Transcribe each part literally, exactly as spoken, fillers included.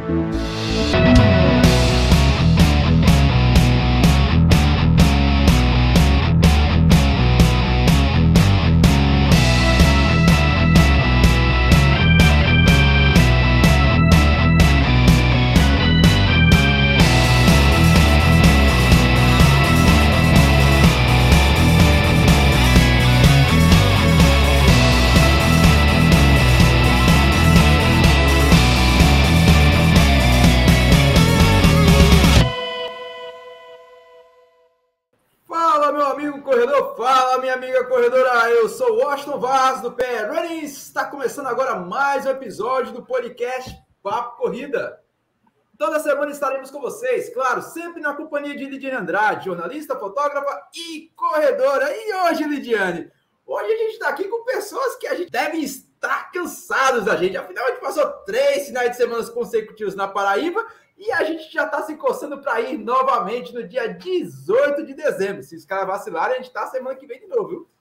Minha amiga corredora, eu sou o Washington Vaz do P E Running. Está começando agora mais um episódio do podcast Papo Corrida. Toda semana estaremos com vocês, claro, sempre na companhia de Lidiane Andrade, jornalista, fotógrafa e corredora. E hoje, Lidiane, hoje a gente está aqui com pessoas que a gente deve estar cansados da gente. Afinal, a gente passou três finais de semana consecutivos na Paraíba e a gente já está se coçando para ir novamente no dia dezoito de dezembro. Se os caras vacilarem, a gente está semana que vem de novo, viu?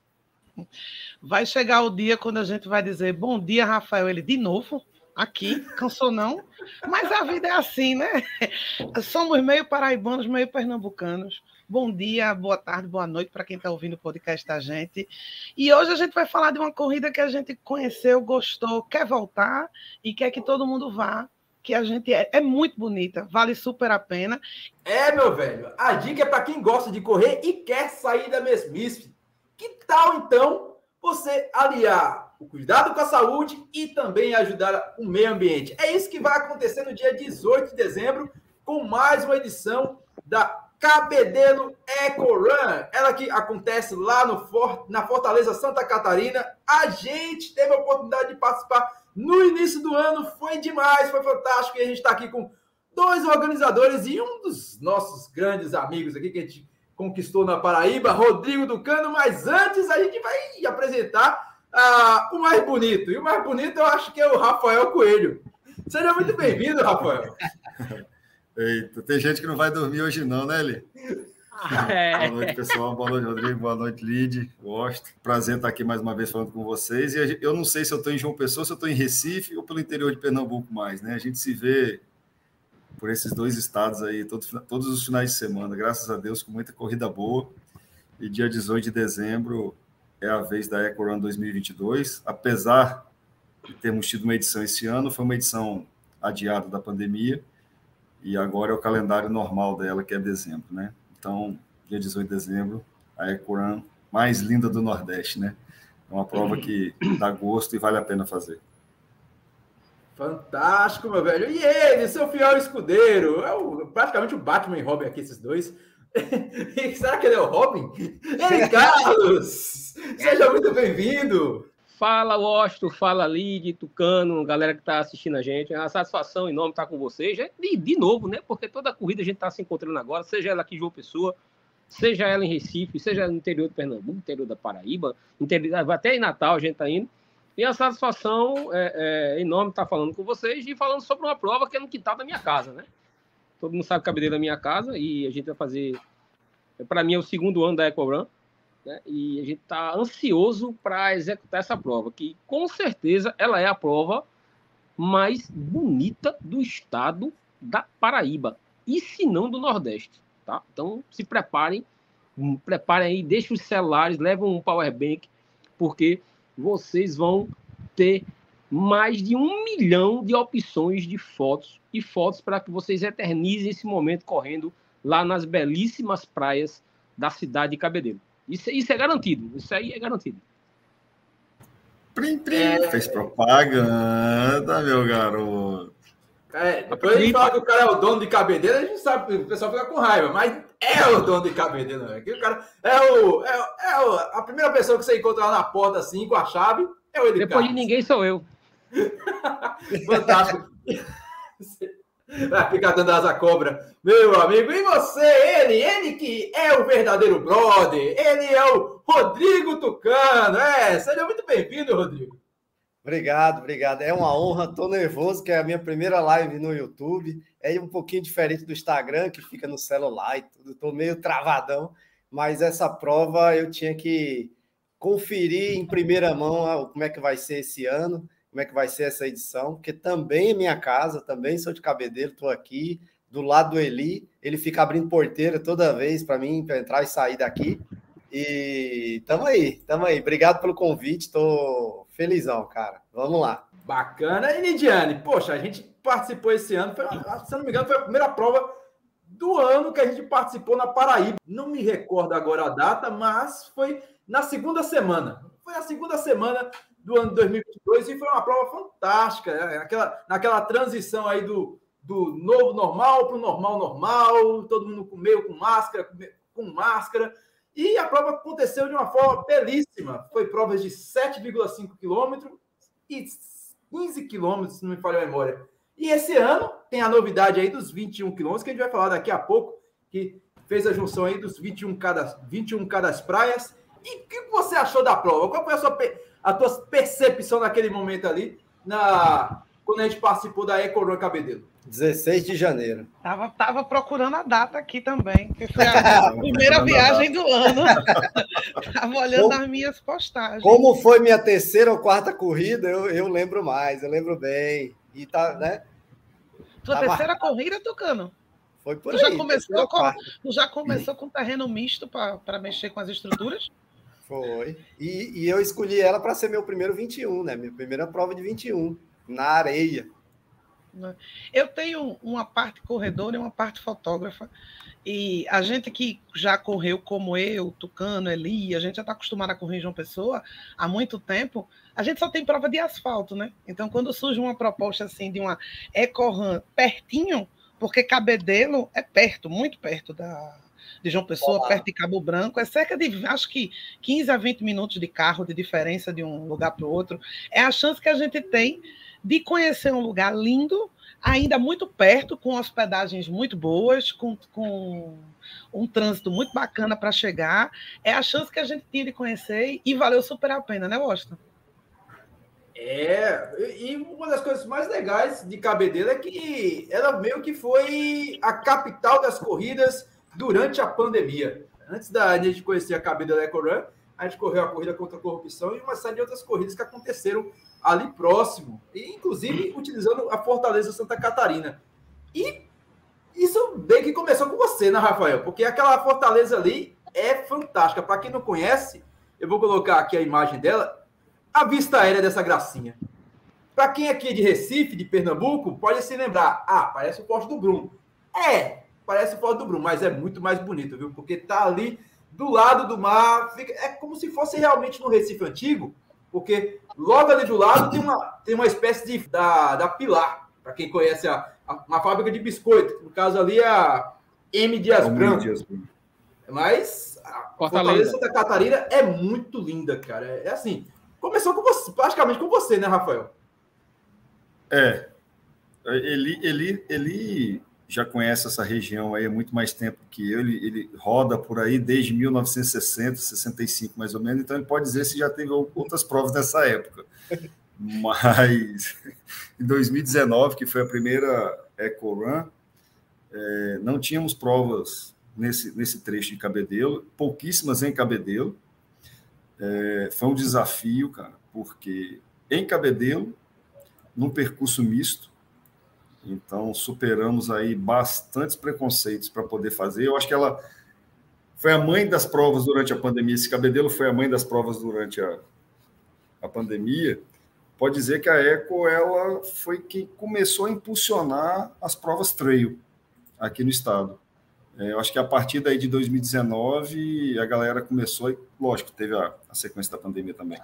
Vai chegar o dia quando a gente vai dizer bom dia, Rafael. Ele, de novo? Aqui? Cansou não? Mas a vida é assim, né? Somos meio paraibanos, meio pernambucanos. Bom dia, boa tarde, boa noite para quem está ouvindo o podcast da gente. E hoje a gente vai falar de uma corrida que a gente conheceu, gostou, quer voltar e quer que todo mundo vá. Que a gente é, é muito bonita, vale super a pena. É, meu velho, a dica é para quem gosta de correr e quer sair da mesmice. Que tal, então, você aliar o cuidado com a saúde e também ajudar o meio ambiente? É isso que vai acontecer no dia dezoito de dezembro, com mais uma edição da Cabedelo Eco Run. Ela que acontece lá no For- na Fortaleza Santa Catarina. A gente teve a oportunidade de participar no início do ano, foi demais, foi fantástico. E a gente está aqui com dois organizadores e um dos nossos grandes amigos aqui que a gente conquistou na Paraíba, Rodrigo Tucano. Mas antes a gente vai apresentar uh, o mais bonito. E o mais bonito eu acho que é o Rafael Coelho. Seja muito bem-vindo, Rafael. Eita, tem gente que não vai dormir hoje não, né, Eli? É. Boa noite, pessoal. Boa noite, Rodrigo. Boa noite, Lid. Gosto. Prazer estar aqui mais uma vez falando com vocês. E eu não sei se eu estou em João Pessoa, se eu estou em Recife ou pelo interior de Pernambuco mais, né? A gente se vê por esses dois estados aí todos, todos os finais de semana, graças a Deus, com muita corrida boa. E dia dezoito de dezembro é a vez da Eco Run dois mil e vinte e dois. Apesar de termos tido uma edição esse ano, foi uma edição adiada da pandemia. E agora é o calendário normal dela, que é dezembro, né? Então, dia dezoito de dezembro, a Eco Run mais linda do Nordeste, né? É uma prova que dá gosto e vale a pena fazer. Fantástico, meu velho. E ele, seu fiel escudeiro, é o, praticamente o Batman e Robin aqui, esses dois. Será que ele é o Robin? Ele, Carlos! Seja muito bem-vindo! Fala, Washington, fala, Lid, Tucano, galera que está assistindo a gente. É uma satisfação enorme estar com vocês. De, de novo, né? Porque toda a corrida a gente está se encontrando agora, seja ela aqui em João Pessoa, seja ela em Recife, seja no interior de Pernambuco, interior da Paraíba, interior, até em Natal a gente está indo. E a satisfação é, é enorme estar falando com vocês e falando sobre uma prova que é no quintal da minha casa, né? Todo mundo sabe o Cabedelo da minha casa e a gente vai fazer... Para mim é o segundo ano da Eco Run. Né? E a gente está ansioso para executar essa prova, que com certeza ela é a prova mais bonita do estado da Paraíba, e se não do Nordeste, tá? Então se preparem, preparem aí, deixem os celulares, levem um power bank, porque vocês vão ter mais de um milhão de opções de fotos e fotos para que vocês eternizem esse momento correndo lá nas belíssimas praias da cidade de Cabedelo. Isso, isso é garantido. Isso aí é garantido. Prim, prim. É... Fez propaganda, meu garoto. É, depois a gente fala que o cara é o dono de Cabedelo, a gente sabe, o pessoal fica com raiva, mas é o dono de Cabedelo. Né? O cara é, o, é, é o, a primeira pessoa que você encontra lá na porta assim, com a chave, é o Eli Depois Carlos. De ninguém sou eu. Fantástico. Vai ficar dando asa cobra, meu amigo. E você, ele, ele que é o verdadeiro brother, ele é o Rodrigo Tucano. É, seja muito bem-vindo, Rodrigo. Obrigado, obrigado. É uma honra, estou nervoso, que é a minha primeira live no YouTube. É um pouquinho diferente do Instagram, que fica no celular e tudo. Estou meio travadão, mas essa prova eu tinha que conferir em primeira mão como é que vai ser esse ano. como é que vai ser essa edição, porque também é minha casa, também sou de Cabedelo, estou aqui, do lado do Eli, ele fica abrindo porteira toda vez para mim, para entrar e sair daqui. E tamo aí, tamo aí. Obrigado pelo convite, estou felizão, cara. Vamos lá. Bacana. E Lidiane, poxa, a gente participou esse ano, foi, se não me engano, foi a primeira prova do ano que a gente participou na Paraíba. Não me recordo agora a data, mas foi na segunda semana. Foi na segunda semana do ano de dois mil e vinte e dois e foi uma prova fantástica. Né? Naquela, naquela transição aí do, do novo normal para o normal normal, todo mundo com meio com máscara, com máscara. E a prova aconteceu de uma forma belíssima. Foi provas de sete vírgula cinco quilômetros e quinze quilômetros, se não me falha a memória. E esse ano tem a novidade aí dos vinte e um quilômetros, que a gente vai falar daqui a pouco, que fez a junção aí dos vinte e um cada, vinte e um cada praias. E o que você achou da prova? Qual foi a, sua, a tua percepção naquele momento ali, na, quando a gente participou da EcoRun Cabedelo? dezesseis de janeiro. Tava, tava procurando a data aqui também, que foi a primeira viagem do ano. Tava olhando como, as minhas postagens. Como foi minha terceira ou quarta corrida, eu, eu lembro mais, eu lembro bem. E tá, né? Tua Tava... terceira corrida, Tucano? Foi por tu aí. Já começou com, tu já começou com terreno misto para mexer com as estruturas? Foi. E, e eu escolhi ela para ser meu primeiro vinte e um, né? Minha primeira prova de vinte e um, na areia. Eu tenho uma parte corredora e uma parte fotógrafa, e a gente que já correu como eu, Tucano, Eli, a gente já está acostumado a correr em João Pessoa há muito tempo, a gente só tem prova de asfalto, né? Então, quando surge uma proposta assim de uma EcoRun pertinho, porque Cabedelo é perto, muito perto da, de João Pessoa, Olá. perto de Cabo Branco, é cerca de, acho que quinze a vinte minutos de carro de diferença de um lugar para o outro, é a chance que a gente tem de conhecer um lugar lindo, ainda muito perto, com hospedagens muito boas, com, com um trânsito muito bacana para chegar. É a chance que a gente tinha de conhecer e valeu super a pena, né, Washington? É, e uma das coisas mais legais de Cabedelo é que ela meio que foi a capital das corridas durante a pandemia. Antes da gente conhecer a Cabedelo EcoRun, a gente correu a corrida contra a corrupção e uma série de outras corridas que aconteceram ali próximo, e inclusive utilizando a Fortaleza Santa Catarina. E isso bem que começou com você, né, Rafael? Porque aquela Fortaleza ali é fantástica. Para quem não conhece, eu vou colocar aqui a imagem dela, a vista aérea dessa gracinha. Para quem aqui é de Recife, de Pernambuco, pode se lembrar, ah, parece o Forte do Bruno. É, parece o Forte do Bruno, mas é muito mais bonito, viu? Porque tá ali do lado do mar, fica, é como se fosse realmente no Recife antigo, porque logo ali do lado tem uma, tem uma espécie de da, da Pilar, para quem conhece a, a, uma fábrica de biscoito, no caso ali a M. Dias Branco. Mas a Fortaleza Santa Catarina é muito linda, cara. É, é assim, começou com você, praticamente com você, né, Rafael? É, ele, ele, ele já conhece essa região aí há muito mais tempo que eu, ele, ele roda por aí desde mil novecentos e sessenta, sessenta e cinco mais ou menos, então ele pode dizer se já teve outras provas nessa época. Mas em dois mil e dezenove, que foi a primeira EcoRun, é, não tínhamos provas nesse, nesse trecho de Cabedelo, pouquíssimas em Cabedelo. É, foi um desafio, cara, porque em Cabedelo, num percurso misto, então superamos aí bastantes preconceitos para poder fazer. Eu acho que ela foi a mãe das provas durante a pandemia. Esse Cabedelo foi a mãe das provas durante a, a pandemia. Pode dizer que a Eco ela foi quem começou a impulsionar as provas trail aqui no estado. É, eu acho que a partir daí de dois mil e dezenove a galera começou, e, lógico, teve a, a sequência da pandemia também,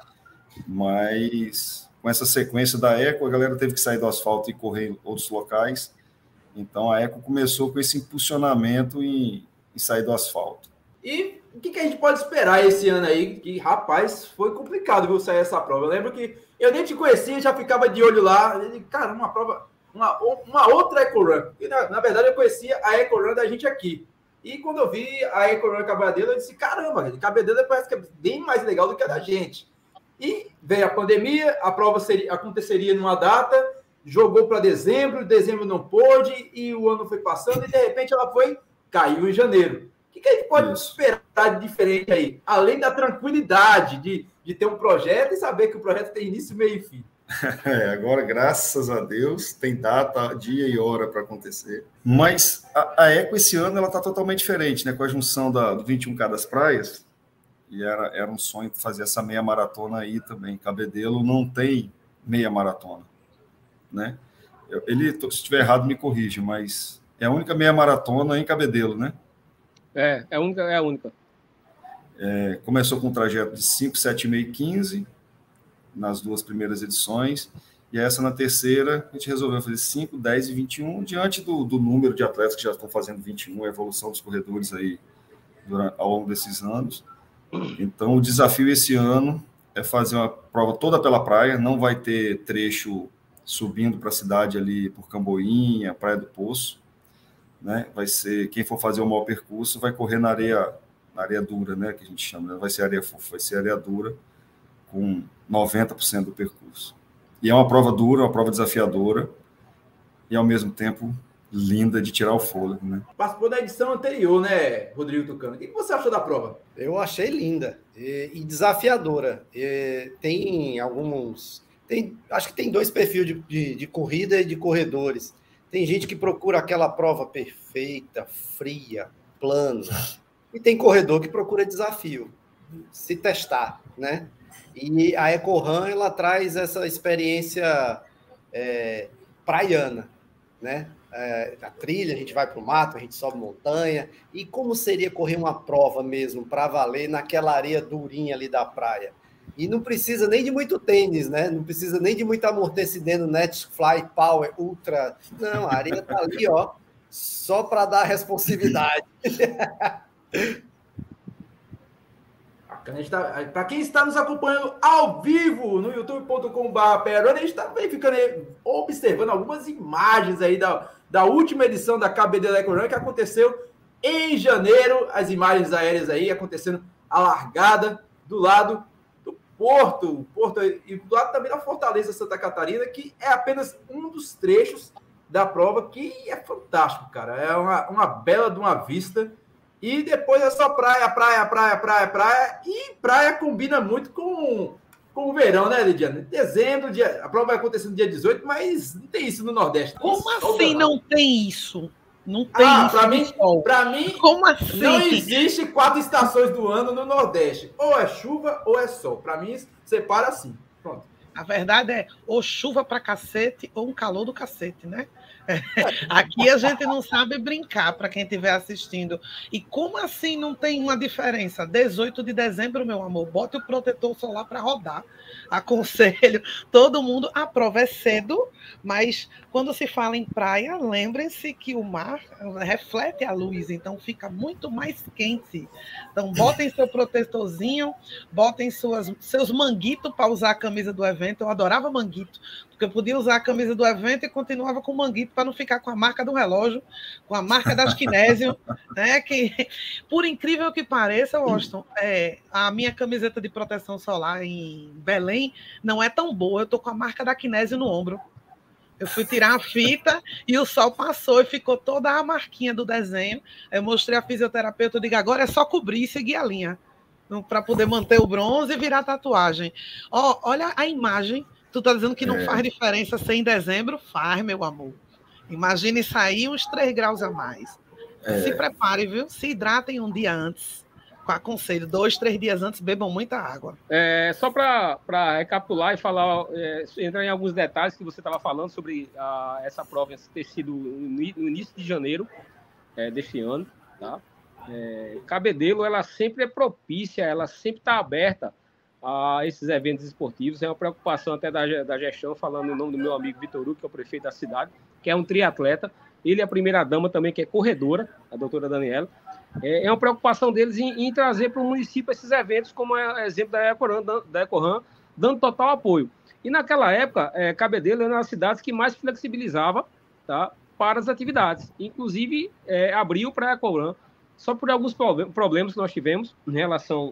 mas com essa sequência da Eco, a galera teve que sair do asfalto e correr em outros locais. Então, a Eco começou com esse impulsionamento em, em sair do asfalto. E o que, que a gente pode esperar esse ano aí? Que, rapaz, foi complicado, viu, sair essa prova. Eu lembro que eu nem te conhecia, já ficava de olho lá. E, cara, uma prova, uma, uma outra EcoRun. E, na, na verdade, eu conhecia a EcoRun da gente aqui. E quando eu vi a EcoRun Cabedelo, eu disse, caramba, Cabedelo parece que é bem mais legal do que a da gente. E veio a pandemia, a prova seria, aconteceria numa data, jogou para dezembro, dezembro não pôde, e o ano foi passando, e de repente ela foi, caiu em janeiro. O que, que a gente pode Isso. esperar de diferente aí? Além da tranquilidade de, de ter um projeto e saber que o projeto tem início, meio e fim. É, agora, graças a Deus, tem data, dia e hora para acontecer. Mas a, a Eco esse ano ela está totalmente diferente, né? Com a junção da, do vinte e um K das praias, e era, era um sonho fazer essa meia maratona aí também. Cabedelo não tem meia maratona, né? Ele, se estiver errado, me corrige, mas é a única meia maratona em Cabedelo, né? É, é a única. É a única. É, começou com um trajeto de cinco, sete, meio e quinze nas duas primeiras edições, e essa na terceira a gente resolveu fazer cinco, dez e vinte e um, diante do, do número de atletas que já estão fazendo vinte e um, a evolução dos corredores aí durante, ao longo desses anos. Então o desafio esse ano é fazer uma prova toda pela praia, não vai ter trecho subindo para a cidade ali por Camboinha, Praia do Poço, né? Vai ser, quem for fazer o maior percurso vai correr na areia, na areia dura, né? Que a gente chama, não vai ser areia fofa, vai ser areia dura, com noventa por cento do percurso. E é uma prova dura, uma prova desafiadora e, ao mesmo tempo, linda de tirar o fôlego, né? Participou da edição anterior, né, Rodrigo Tucano? O que você achou da prova? Eu achei linda e, e desafiadora. E tem alguns... Tem, acho que tem dois perfis de, de, de corrida e de corredores. Tem gente que procura aquela prova perfeita, fria, plana. E tem corredor que procura desafio, se testar, né? E a EcoRun, ela traz essa experiência é, praiana, né? É, a trilha, a gente vai para o mato, a gente sobe montanha. E como seria correr uma prova mesmo, para valer, naquela areia durinha ali da praia? E não precisa nem de muito tênis, né? Não precisa nem de muito amortecimento, Netfly Power, Ultra. Não, a areia tá ali, ó, só para dar responsividade. Para quem está nos acompanhando ao vivo no youtube ponto com ponto b r Peroni, a gente está ficando aí, observando algumas imagens aí da, da última edição da Cabedelo EcoRun, que aconteceu em janeiro. As imagens aéreas aí acontecendo a largada do lado do Porto, Porto e do lado também da Fortaleza Santa Catarina, que é apenas um dos trechos da prova que é fantástico, cara. É uma, uma bela de uma vista. E depois é só praia, praia, praia, praia, praia. E praia combina muito com, com o verão, né, Lidiane? Dezembro, dia, a prova vai acontecer no dia dezoito, mas não tem isso no Nordeste. Como assim não tem isso? Não tem ah, isso. Para mim, pra mim Como assim? Não existe quatro estações do ano no Nordeste. Ou é chuva ou é sol. Para mim, separa assim. Pronto. A verdade é ou chuva pra cacete ou um calor do cacete, né? Aqui a gente não sabe brincar para quem estiver assistindo. E como assim não tem uma diferença? dezoito de dezembro, meu amor, bote o protetor solar para rodar. Aconselho todo mundo. A prova é cedo, mas quando se fala em praia, lembrem-se que o mar reflete a luz, então fica muito mais quente. Então botem seu protetorzinho, botem suas, seus manguitos para usar a camisa do evento. Eu adorava manguito, porque eu podia usar a camisa do evento e continuava com o manguito para não ficar com a marca do relógio, com a marca das Kinésio, né? Que, por incrível que pareça, Washington, é, a minha camiseta de proteção solar em Belém não é tão boa. Eu tô com a marca da Kinésio no ombro. Eu fui tirar a fita e o sol passou e ficou toda a marquinha do desenho. Eu mostrei a fisioterapeuta, eu digo, agora é só cobrir e seguir a linha para poder manter o bronze e virar tatuagem. Ó, olha a imagem. Tu tá dizendo que não é. faz diferença ser em dezembro? Faz, meu amor. Imagine sair uns três graus a mais. É. Se prepare, viu? Se hidratem um dia antes. Com aconselho, dois, três dias antes, bebam muita água. É, só para recapitular e falar, é, entrar em alguns detalhes que você estava falando sobre a, essa prova ter sido no início de janeiro é, deste ano. Tá? É, Cabedelo, ela sempre é propícia, ela sempre está aberta a esses eventos esportivos. É uma preocupação até da, da gestão, falando em nome do meu amigo Vitor Hugo, que é o prefeito da cidade, que é um triatleta. Ele é a primeira-dama também, que é corredora, a doutora Daniela. É, é uma preocupação deles em, em trazer para o município esses eventos, como é o exemplo da EcoRun, da EcoRun, dando total apoio. E naquela época, é, Cabedelo era uma das cidades que mais flexibilizava, tá, para as atividades. Inclusive, é, abriu para a EcoRun, só por alguns problemas que nós tivemos em relação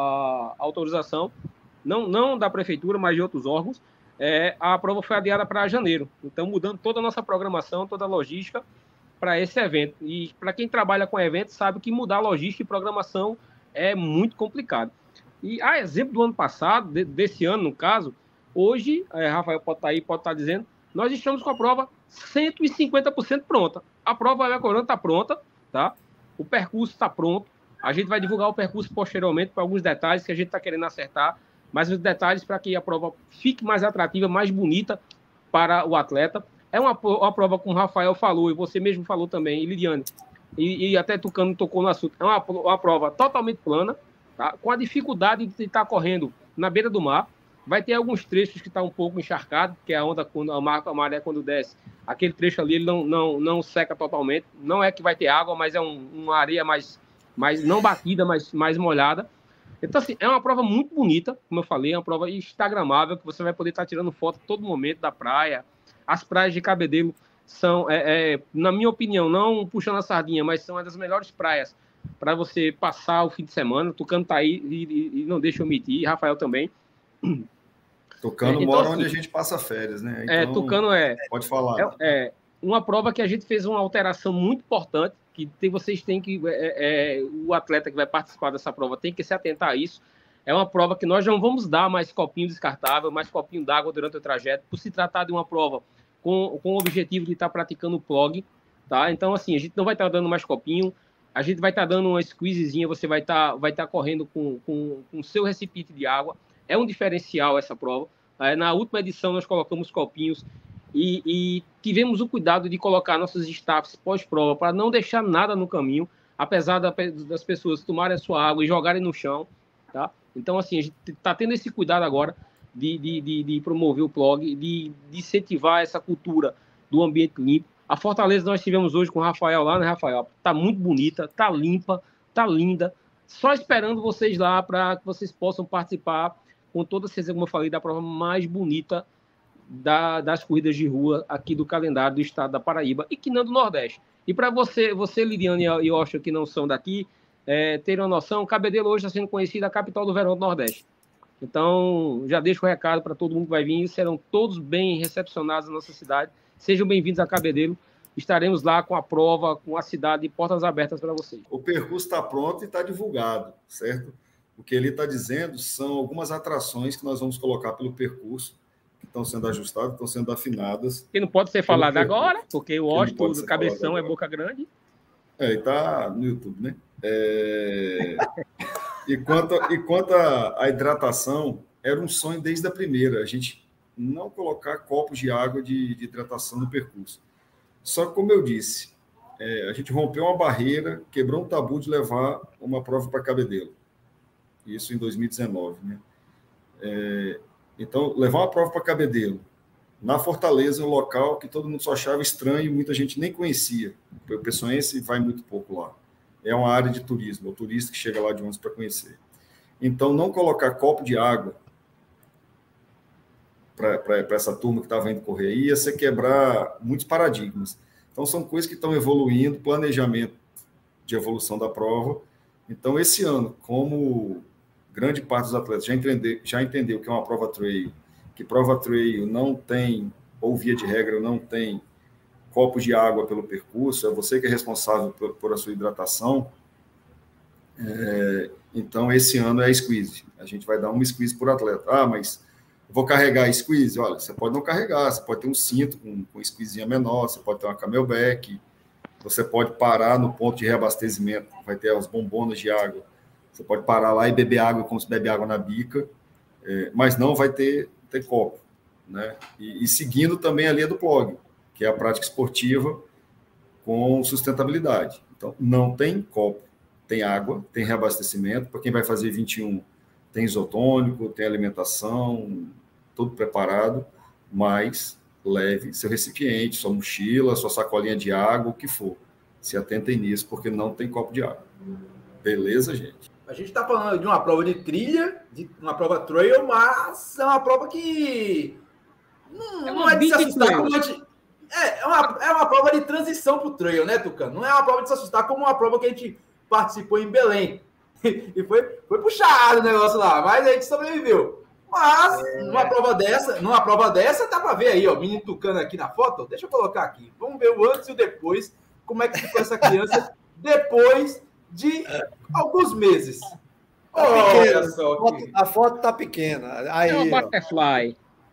à autorização, não, não da prefeitura, mas de outros órgãos, é, a prova foi adiada para janeiro. Então, mudando toda a nossa programação, toda a logística para esse evento. E para quem trabalha com eventos, sabe que mudar logística e programação é muito complicado. E a exemplo do ano passado, de, desse ano, no caso, Hoje, é, Rafael pode estar aí, pode estar dizendo, nós estamos com a prova cento e cinquenta por cento pronta. A prova Elecorando está pronta, tá? O percurso está pronto. A gente vai divulgar o percurso posteriormente para alguns detalhes que a gente está querendo acertar, mas os detalhes para que a prova fique mais atrativa, mais bonita para o atleta. É uma, uma prova, como o Rafael falou, e você mesmo falou também, e Lidiane, e, e até Tucano tocou no assunto, é uma, uma prova totalmente plana, tá? Com a dificuldade de estar correndo na beira do mar. Vai ter alguns trechos que estão tá um pouco encharcados, que é a onda, quando a maré quando desce, aquele trecho ali ele não, não, não seca totalmente. Não é que vai ter água, mas é um, uma areia mais, mais não batida, mas mais molhada. Então, assim, é uma prova muito bonita, como eu falei, é uma prova instagramável, que você vai poder estar tá tirando foto a todo momento da praia. As praias de Cabedelo são, é, é, na minha opinião, não puxando a sardinha, mas são uma das melhores praias para você passar o fim de semana. O Tucano tá aí e, e, e não deixa eu omitir, e Rafael também. Tucano então, mora assim, onde a gente passa férias, né? Então, é, Tucano é... Pode falar. É, é uma prova que a gente fez uma alteração muito importante, que tem, vocês têm que... É, é, o atleta que vai participar dessa prova tem que se atentar a isso. É uma prova que nós não vamos dar mais copinho descartável, mais copinho d'água durante o trajeto, por se tratar de uma prova com, com o objetivo de estar praticando o plog, tá? Então, assim, a gente não vai estar dando mais copinho, a gente vai estar dando uma squeezezinha, você vai estar, vai estar correndo com o com, com seu recipiente de água. É um diferencial essa prova. Na última edição nós colocamos copinhos e, e tivemos o cuidado de colocar nossos staffs pós-prova para não deixar nada no caminho, apesar da, das pessoas tomarem a sua água e jogarem no chão, tá? Então, assim, a gente está tendo esse cuidado agora de, de, de, de promover o plog, de, de incentivar essa cultura do ambiente limpo. A Fortaleza nós tivemos hoje com o Rafael lá, né, Rafael? Tá muito bonita, tá limpa, tá linda. Só esperando vocês lá para que vocês possam participar com toda certeza, como eu falei, da prova mais bonita da, das corridas de rua aqui do calendário do estado da Paraíba e que não do Nordeste. E para você, você, Lidiane e Osho, que não são daqui, é, terem uma noção, Cabedelo hoje está sendo conhecida a capital do verão do Nordeste. Então, já deixo o recado para todo mundo que vai vir, serão todos bem recepcionados na nossa cidade. Sejam bem-vindos a Cabedelo. Estaremos lá com a prova, com a cidade, portas abertas para vocês. O percurso está pronto e está divulgado, certo? O que ele está dizendo são algumas atrações que nós vamos colocar pelo percurso, que estão sendo ajustadas, estão sendo afinadas. Que não pode ser falado agora, porque o Osho do Cabeção é boca grande. É, e está no YouTube, né? É... e quanto, e quanto à hidratação, era um sonho desde a primeira, a gente não colocar copos de água de, de hidratação no percurso. Só que, como eu disse, é, a gente rompeu uma barreira, quebrou um tabu de levar uma prova para Cabedelo. Isso em dois mil e dezenove, né? É, então, levar uma prova para Cabedelo, na Fortaleza, um local que todo mundo só achava estranho, muita gente nem conhecia. O pessoense vai muito pouco lá. É uma área de turismo, o turista que chega lá de ônibus para conhecer. Então, não colocar copo de água para essa turma que estava indo correr aí ia ser quebrar muitos paradigmas. Então, são coisas que estão evoluindo, planejamento de evolução da prova. Então, esse ano, como grande parte dos atletas já, entende, já entendeu que é uma prova trail, que prova trail não tem, ou via de regra, não tem copos de água pelo percurso, é você que é responsável por, por a sua hidratação. É, então, esse ano é squeeze. A gente vai dar uma squeeze por atleta. Ah, mas vou carregar squeeze? Olha, você pode não carregar, você pode ter um cinto com, com squeezinha menor, você pode ter uma camelback, você pode parar no ponto de reabastecimento, vai ter as bombonas de água. Você pode parar lá e beber água como se bebe água na bica, é, mas não vai ter, ter copo, né? E, e seguindo também a linha do plog, que é a prática esportiva com sustentabilidade. Então, não tem copo, tem água, tem reabastecimento. Para quem vai fazer vinte e um, tem isotônico, tem alimentação, tudo preparado, mas leve seu recipiente, sua mochila, sua sacolinha de água, o que for. Se atentem nisso, porque não tem copo de água. Beleza, gente? A gente está falando de uma prova de trilha, de uma prova trail, mas é uma prova que não é, não é de se assustar como a gente... É, é, uma, é uma prova de transição para o trail, né, Tucano? Não é uma prova de se assustar como uma prova que a gente participou em Belém. E foi, foi puxado o negócio lá, mas a gente sobreviveu. Mas, é. numa prova dessa, numa prova dessa, dá para ver aí, ó, o menino Tucano aqui na foto. Deixa eu colocar aqui. Vamos ver o antes e o depois. Como é que ficou essa criança depois de alguns meses. Tá olha só. A foto, a foto tá pequena. Aí, é uma butterfly.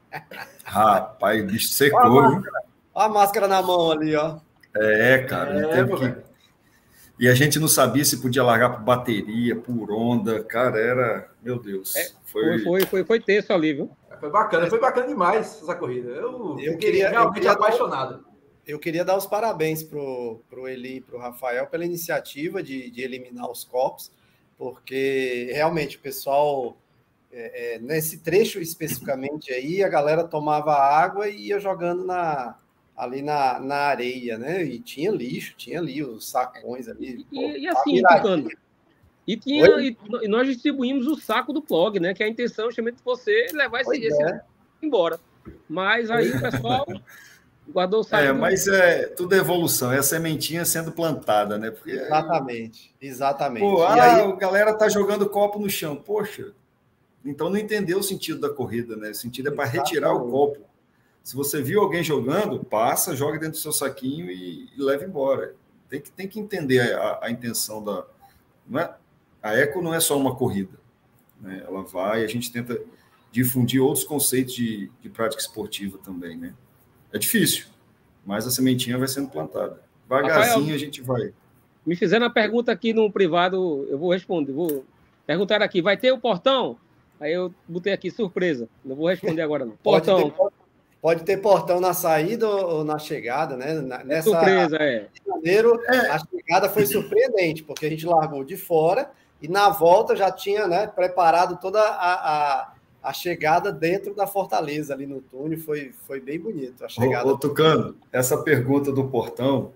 Rapaz, o bicho secou. Olha a máscara, olha a máscara na mão ali, ó. É, cara. É, teve que... E a gente não sabia se podia largar por bateria, por onda. Cara, era... Meu Deus. É, foi... Foi, foi, foi, foi tenso ali, viu? Foi bacana, foi bacana demais essa corrida. Eu, eu fiquei queria, realmente eu queria apaixonado. Dar, eu queria dar os parabéns pro, pro Eli e pro Rafael pela iniciativa de, de eliminar os copos, porque realmente o pessoal, é, é, nesse trecho especificamente aí, a galera tomava água e ia jogando na, ali na, na areia, né? E tinha lixo, tinha ali os sacões ali. E, pô, e assim, Tucano, e, tinha, e, e nós distribuímos o saco do Plog, né? Que a intenção é justamente você levar esse, esse é. embora. Mas aí o pessoal guardou o saco. É, do... mas é tudo evolução, é a sementinha sendo plantada, né? Porque, exatamente, exatamente. Pô, e ah, aí... a galera tá jogando copo no chão. Poxa, então não entendeu o sentido da corrida, né? O sentido é para retirar o copo. Se você viu alguém jogando, passa, joga dentro do seu saquinho e, e leva embora. Tem que, tem que entender a, a intenção da... Não é? A eco não é só uma corrida, né? Ela vai, a gente tenta difundir outros conceitos de, de prática esportiva também, né? É difícil, mas a sementinha vai sendo plantada. Devagarzinho Rafael, a gente vai. Me fizeram uma pergunta aqui no privado, eu vou responder. Vou perguntar aqui, vai ter o portão? Aí eu botei aqui, surpresa. Não vou responder agora, não. Portão. Pode ter, pode ter portão na saída ou na chegada, né? Nessa, surpresa, é. Em janeiro, é. A chegada foi surpreendente, porque a gente largou de fora e na volta já tinha, né, preparado toda a, a, a chegada dentro da Fortaleza, ali no túnel. Foi, foi bem bonito a chegada. Ô, ô Tucano, essa pergunta do portão,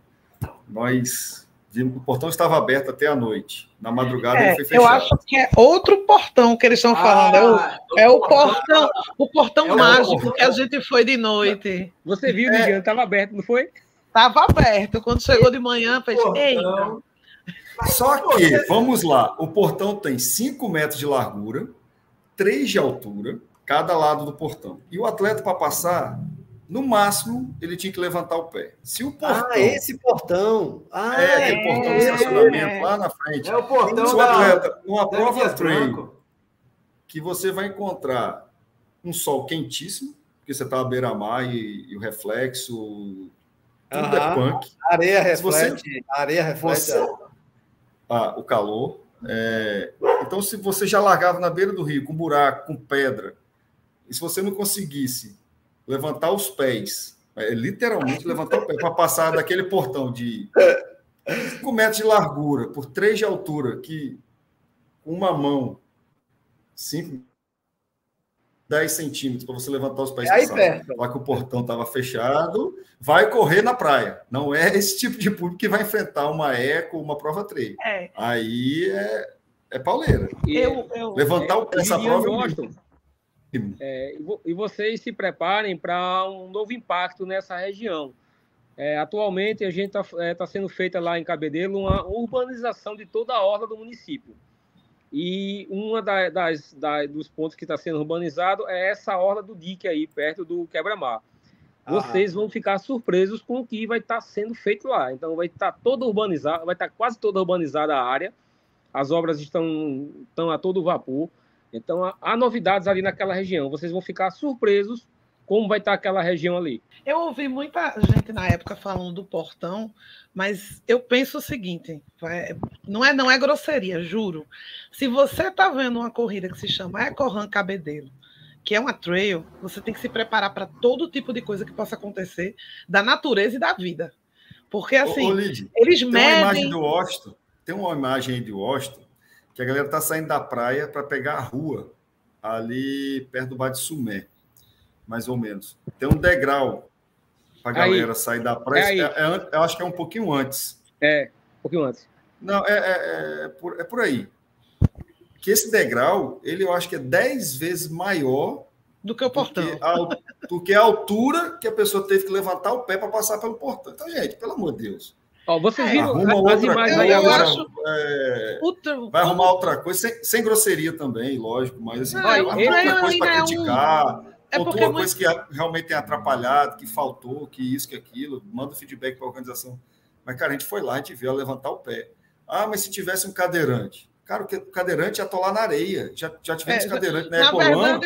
nós... O portão estava aberto até a noite. Na madrugada é, ele foi fechado. Eu acho que é outro portão que eles estão ah, falando. É o, é o portão, o portão é mágico portão. Que a gente foi de noite. Você viu, Lidiane? É. Estava aberto, não foi? Estava aberto. Quando chegou de manhã, fez. Eita. Só que, vamos lá, o portão tem cinco metros de largura, três de altura, cada lado do portão. E o atleta, para passar, no máximo, ele tinha que levantar o pé. Se o portão... Ah, esse portão! Ah, é, aquele é, portão de estacionamento é. lá na frente. É o portão Se o atleta, numa prova treino, que você vai encontrar um sol quentíssimo, porque você está à beira-mar e, e o reflexo, tudo uh-huh. é punk. A areia reflete. Você, a areia reflete. Você, ah, o calor. É, então, se você já largava na beira do rio, com buraco, com pedra, e se você não conseguisse levantar os pés, é, literalmente levantar o pé, para passar daquele portão de cinco metros de largura por três de altura, que uma mão, cinco, dez centímetros para você levantar os pés, é aí perto. Lá que o portão estava fechado, vai correr na praia. Não é esse tipo de público que vai enfrentar uma eco, uma prova treino. É. Aí é, é pauleira. Eu, eu, levantar é, o pé essa prova... Eu É, e vocês se preparem para um novo impacto nessa região. É, atualmente, a gente está é, tá sendo feita lá em Cabedelo uma urbanização de toda a orla do município. E um da, das, da, dos pontos que está sendo urbanizado é essa orla do dique aí, perto do quebra-mar. Vocês ah. vão ficar surpresos com o que vai estar tá sendo feito lá. Então, vai estar tá toda urbanizada, vai estar tá quase toda urbanizada a área. As obras estão, estão a todo vapor. Então, há novidades ali naquela região. Vocês vão ficar surpresos como vai estar aquela região ali. Eu ouvi muita gente na época falando do portão, mas eu penso o seguinte, não é, não é grosseria, juro. Se você está vendo uma corrida que se chama Ecorran Cabedelo, que é uma trail, você tem que se preparar para todo tipo de coisa que possa acontecer da natureza e da vida. Porque, assim, ô, ô, Lid, eles tem medem... Uma imagem do Washington, tem uma imagem aí de Washington, que a galera está saindo da praia para pegar a rua, ali perto do Bar de Sumé, mais ou menos. Tem um degrau para a galera sair da praia. É é, é, eu acho que é um pouquinho antes. É, um pouquinho antes. Não, é, é, é, por, é por aí. Que esse degrau, ele eu acho que é dez vezes maior do que o portão. Do que a, do que a altura que a pessoa teve que levantar o pé para passar pelo portão. Então, gente, pelo amor de Deus. Ó, vocês viram Arruma as imagens aí agora? Acho... É, Puta, vai arrumar outra coisa, sem, sem grosseria também, lógico, mas assim, não, arruma outra coisa para criticar, um... é ou uma muito... coisa que realmente tem atrapalhado, que faltou, que isso, que aquilo, manda feedback para a organização. Mas, cara, a gente foi lá, a gente viu ela levantar o pé. Ah, mas se tivesse um cadeirante? Cara, o cadeirante já atolar na areia. Já, já tivemos é, cadeirante na Ecolã.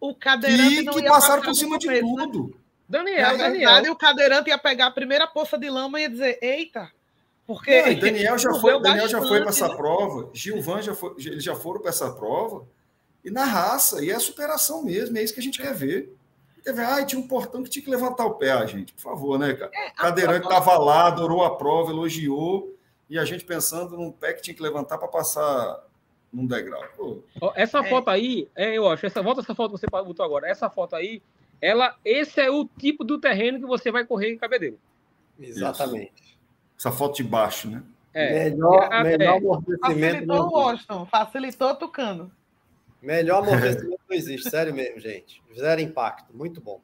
o cadeirante que, não que ia passaram passar por cima de começo, tudo. Né? Daniel, Na Daniel. verdade, o cadeirante ia pegar a primeira poça de lama e ia dizer, eita, porque Não, Daniel já foi, Daniel já foi para essa né? prova, Gilvan já foi, eles já foram para essa prova, e na raça, e é a superação mesmo, é isso que a gente quer ver. Quer ver, ah, tinha um portão que tinha que levantar o pé, ah, gente, por favor, né, cara? É, o cadeirante estava lá, adorou a prova, elogiou, e a gente pensando num pé que tinha que levantar para passar num degrau. Pô. Essa é. foto aí, é, eu acho, essa, volta essa foto que você botou agora, essa foto aí, ela, esse é o tipo do terreno que você vai correr em Cabedelo. Exatamente. Isso. Essa foto de baixo, né? É. Melhor, é. melhor amortecimento. Facilitou o Washington, facilitou o Tucano. Melhor amortecimento não existe, sério mesmo, gente. Zero impacto, muito bom.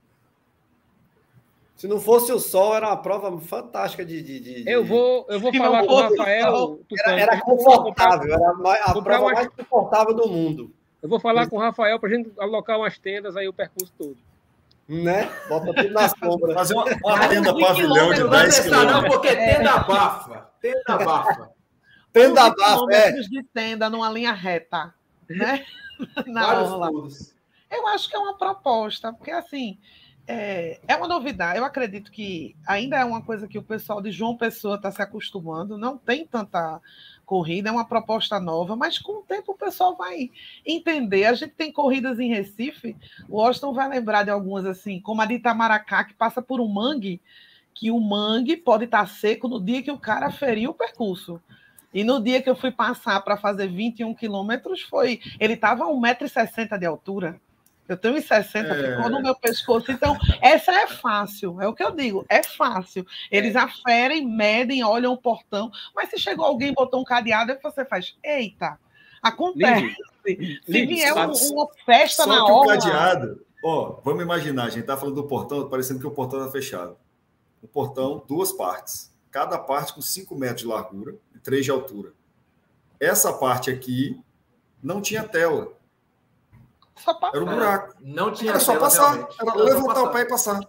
Se não fosse o sol, era uma prova fantástica de. de, de... Eu vou, eu vou falar com o Rafael. Era, era confortável, era a prova uma... mais confortável do mundo. Eu vou falar com o Rafael para a gente alocar umas tendas aí, o percurso todo. Né? Bota tudo na sombra. Fazer uma, uma tenda pavilhão de dez quilômetros. Não, porque tenda abafa. Tenda abafa. Tenda abafa, é. de tenda numa linha reta, né? Na orla. Eu acho que é uma proposta, porque assim. É, é uma novidade. Eu acredito que ainda é uma coisa que o pessoal de João Pessoa está se acostumando. Não tem tanta corrida, é uma proposta nova, mas com o tempo o pessoal vai entender. A gente tem corridas em Recife, o Austin vai lembrar de algumas assim, como a de Itamaracá, que passa por um mangue, que o mangue pode estar seco no dia que o cara feriu o percurso. E no dia que eu fui passar para fazer vinte e um quilômetros, foi, ele estava a um metro e sessenta de altura. Eu tenho um e sessenta, é... ficou no meu pescoço. Então, essa é fácil. É o que eu digo, é fácil. Eles aferem, medem, olham o portão. Mas se chegou alguém e botou um cadeado, aí você faz, eita, acontece. Ligue. Se Ligue. vier um, uma festa Só na que orla... o cadeado... Ó, vamos imaginar, a gente está falando do portão, parecendo que o portão está fechado. O portão, duas partes. Cada parte com cinco metros de largura e três de altura. Essa parte aqui não tinha tela. Só passar. Era um buraco. Não tinha Era só passar. Era, era levantar passar. o pé e passar.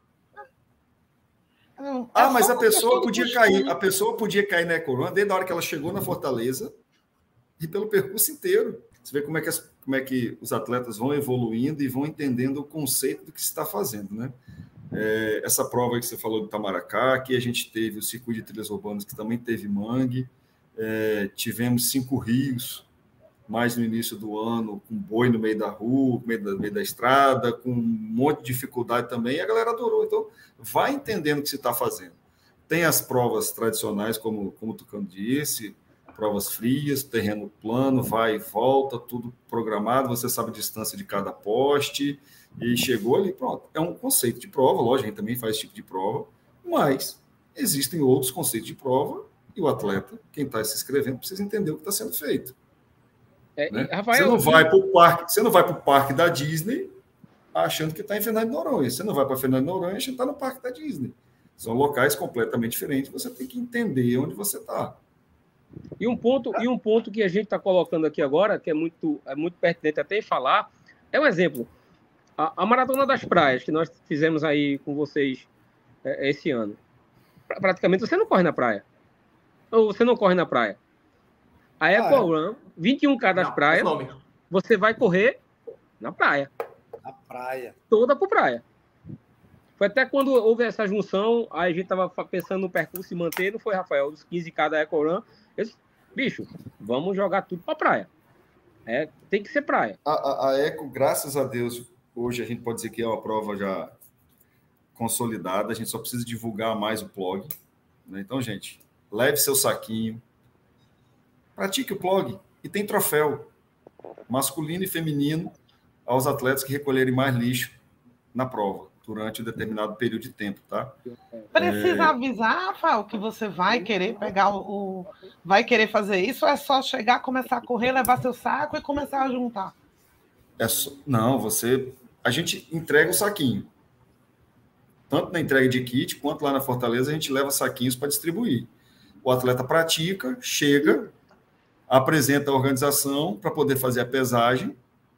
Não, ah, mas a pessoa podia cair. A pessoa podia cair na Ecorona desde a hora que ela chegou na Fortaleza e pelo percurso inteiro. Você vê como é que, as, como é que os atletas vão evoluindo e vão entendendo o conceito do que se está fazendo, né? É, essa prova aí que você falou do Itamaracá, aqui a gente teve o circuito de trilhas urbanas, que também teve mangue. É, tivemos cinco rios, mais no início do ano, com boi no meio da rua, no meio da, no meio da estrada, com um monte de dificuldade também, e a galera adorou. Então, vai entendendo o que se está fazendo. Tem as provas tradicionais, como, como o Tucano disse, provas frias, terreno plano, vai e volta, tudo programado, você sabe a distância de cada poste, e chegou ali, pronto. É um conceito de prova, lógico, a gente também faz esse tipo de prova, mas existem outros conceitos de prova, e o atleta, quem está se inscrevendo, precisa entender o que está sendo feito. É, né? Rafael, você não vai para o parque, você não vai para o parque da Disney achando que está em Fernando de Noronha. Você não vai para Fernando de Noronha achando que está no parque da Disney. São locais completamente diferentes. Você tem que entender onde você está. E um ponto, e um ponto que a gente está colocando aqui agora, que é muito, é muito pertinente até falar, é um exemplo. A, a Maratona das Praias, que nós fizemos aí com vocês é, esse ano. Praticamente você não corre na praia. Ou você não corre na praia. A EcoRun, vinte e um K das não, praias, você vai correr na praia. Na praia. Toda por praia. Foi até quando houve essa junção, aí a gente estava pensando no percurso e manter, não foi, Rafael? Dos quinze K da EcoRun. Eu disse, bicho, vamos jogar tudo para praia. É, tem que ser praia. A, a, a Eco, graças a Deus, hoje a gente pode dizer que é uma prova já consolidada, a gente só precisa divulgar mais o plug. Né? Então, gente, leve seu saquinho, pratique o plug e tem troféu masculino e feminino aos atletas que recolherem mais lixo na prova durante um determinado período de tempo, tá? Precisa é... avisar, Rafael, que você vai querer pegar o, o... vai querer fazer isso ou é só chegar, começar a correr, levar seu saco e começar a juntar? É só... Não, você... A gente entrega o saquinho. Tanto na entrega de kit, quanto lá na Fortaleza, a gente leva saquinhos para distribuir. O atleta pratica, chega... apresenta a organização para poder fazer a pesagem.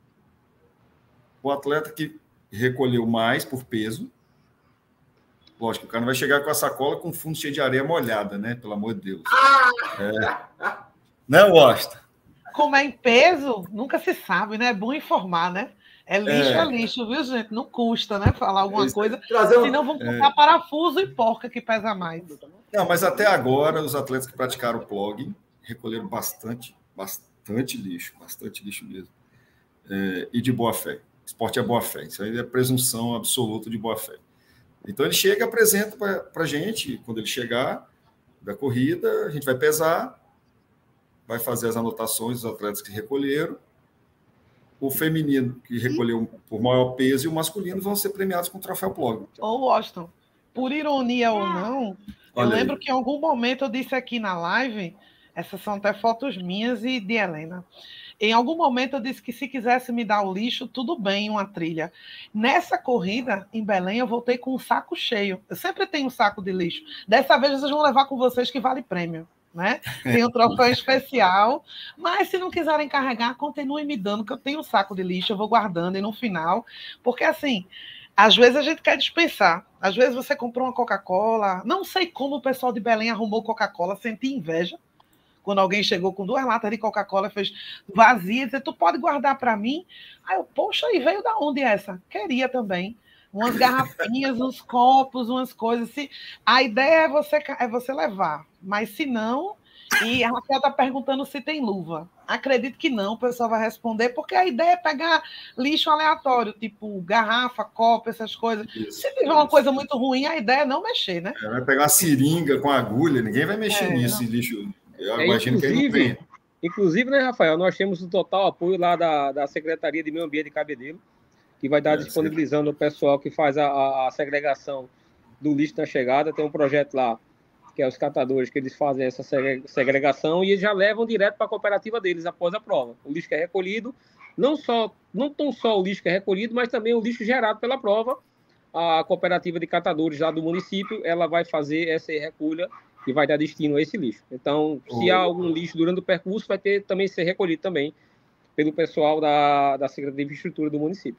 O atleta que recolheu mais por peso, lógico, o cara não vai chegar com a sacola com fundo cheio de areia molhada, né? Pelo amor de Deus. É. Né, Washington? Como é em peso, nunca se sabe, né? É bom informar, né? É lixo, é, é lixo, viu, gente? Não custa, né? Falar alguma Isso. coisa. Trazer um... Senão vão comprar é... parafuso e porca, que pesa mais. Não, mas até agora, os atletas que praticaram plog recolheram bastante, bastante lixo, bastante lixo mesmo. É, e de boa fé. Esporte é boa fé. Isso aí é presunção absoluta de boa fé. Então, ele chega e apresenta para a gente, quando ele chegar da corrida, a gente vai pesar, vai fazer as anotações dos atletas que recolheram. O feminino, que recolheu por maior peso, e o masculino vão ser premiados com o troféu plog. Ô, Washington, por ironia ou não, Olha eu lembro aí. que em algum momento eu disse aqui na live, essas são até fotos minhas e de Helena, em algum momento eu disse que se quisesse me dar o lixo, tudo bem, uma trilha. Nessa corrida, em Belém, eu voltei com um saco cheio. Eu sempre tenho um saco de lixo. Dessa vez, vocês vão levar com vocês que vale prêmio. Né? Tem um troféu especial, mas se não quiserem carregar, continuem me dando, que eu tenho um saco de lixo, eu vou guardando, e no final, porque assim, às vezes a gente quer dispensar, às vezes você comprou uma Coca-Cola, não sei como o pessoal de Belém arrumou Coca-Cola, senti inveja, quando alguém chegou com duas latas de Coca-Cola, fez vazia, e disse, tu pode guardar para mim? Aí eu, poxa, e veio da onde essa? Queria também. Umas garrafinhas, uns copos, umas coisas. Se... A ideia é você, é você levar, mas se não... E a Raquel está perguntando se tem luva. Acredito que não, o pessoal vai responder, porque a ideia é pegar lixo aleatório, tipo garrafa, copo, essas coisas. Isso, se tiver uma isso. coisa muito ruim, a ideia é não mexer, né? É, vai pegar uma seringa com agulha, ninguém vai mexer é, nisso, lixo. Eu é, imagino que ele não tem. Inclusive, né, Rafael, nós temos o total apoio lá da, da Secretaria de Meio Ambiente de Cabedelo, que vai estar é, disponibilizando o pessoal que faz a, a, a segregação do lixo na chegada. Tem um projeto lá, que é os catadores, que eles fazem essa segregação e eles já levam direto para a cooperativa deles após a prova. O lixo que é recolhido, não, só, não tão só o lixo que é recolhido, mas também o lixo gerado pela prova. A cooperativa de catadores lá do município, ela vai fazer essa recolha e vai dar destino a esse lixo. Então, se há algum lixo durante o percurso, vai ter também ser recolhido também pelo pessoal da, da Secretaria de Infraestrutura do município.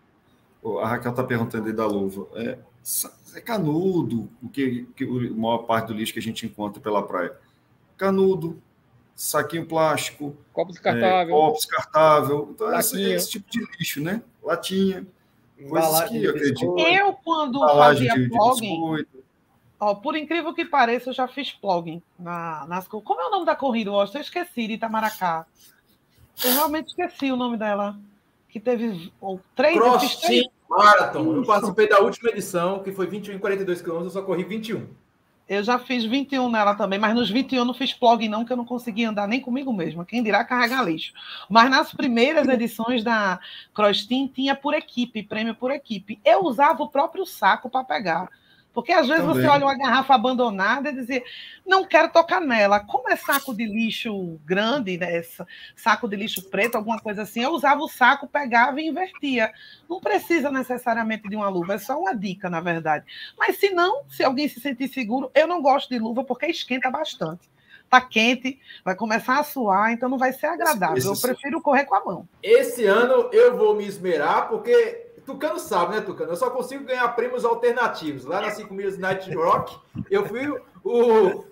A Raquel está perguntando aí da luva. É, é canudo, o que, que a maior parte do lixo que a gente encontra pela praia. Canudo, saquinho plástico, copo descartável. É, copo descartável. Então, esse, esse tipo de lixo, né? Latinha, coisas que eu acredito. Eu, quando fazia de, plugin, de ó, por incrível que pareça, eu já fiz plugin na, nas... Como é o nome da corrida? Eu esqueci, de Itamaracá. Eu realmente esqueci o nome dela. Que teve ou, três... Cross Team Marathon. Eu participei da última edição, que foi vinte e um e quarenta e dois quilômetros, eu só corri vinte e um. Eu já fiz vinte e um nela também, mas nos vinte e um eu não fiz plug não, que eu não conseguia andar nem comigo mesma. Quem dirá carregar lixo. Mas nas primeiras edições da Cross Team tinha por equipe, prêmio por equipe. Eu usava o próprio saco para pegar. Porque às vezes também. Você olha uma garrafa abandonada e diz, não quero tocar nela. Como é saco de lixo grande, né? Saco de lixo preto, alguma coisa assim, eu usava o saco, pegava e invertia. Não precisa necessariamente de uma luva, é só uma dica, na verdade. Mas se não, se alguém se sentir seguro, eu não gosto de luva porque esquenta bastante. Tá quente, vai começar a suar, então não vai ser agradável. Esse, esse, eu prefiro correr com a mão. Esse ano eu vou me esmerar, porque... Tucano sabe, né, Tucano? Eu só consigo ganhar prêmios alternativos. Lá na cinco milhas Night Rock, eu fui o... Eu,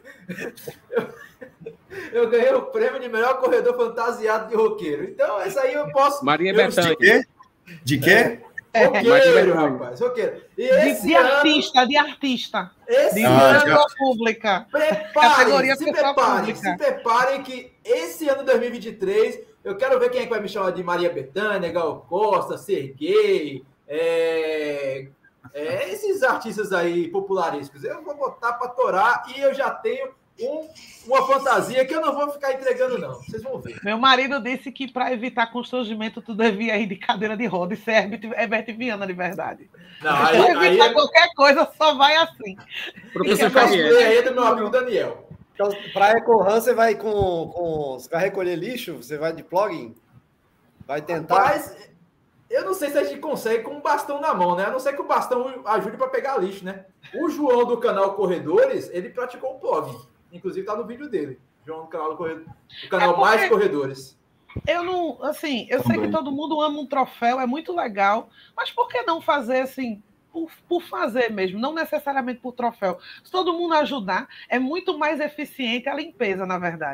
eu ganhei o prêmio de melhor corredor fantasiado de roqueiro. Então, essa aí eu posso... Maria Bethânia. De quê? De quê? É. Roqueiro, rapaz. Roqueiro. E esse de, de ano, artista, de artista. Esse de ano... pessoa pública. Preparem, se preparem, se preparem que esse ano dois mil e vinte e três... Eu quero ver quem é que vai me chamar de Maria Bethânia, Gal Costa, Serguei, é, é, esses artistas aí popularísticos. Eu vou botar para torar e eu já tenho um, uma fantasia que eu não vou ficar entregando, não. Vocês vão ver. Meu marido disse que para evitar constrangimento tu devia ir de cadeira de roda. Isso é Herbert Viana, de verdade. Não, aí, evitar aí é... qualquer coisa, só vai assim. Professor Xavier. Aí é do meu amigo Daniel. Então, para Ecohan, você vai com, com... Você vai recolher lixo? Você vai de plugin? Vai tentar? Mas eu não sei se a gente consegue com um bastão na mão, né? A não ser que o bastão ajude para pegar lixo, né? O João do canal Corredores, ele praticou o plugin. Inclusive tá no vídeo dele. João do canal, do Corredor... do canal é Mais Corredores. Eu não... Assim, eu sei que todo mundo ama um troféu, é muito legal. Mas por que não fazer assim... Por, por fazer mesmo, não necessariamente por troféu. Se todo mundo ajudar, é muito mais eficiente a limpeza, na verdade.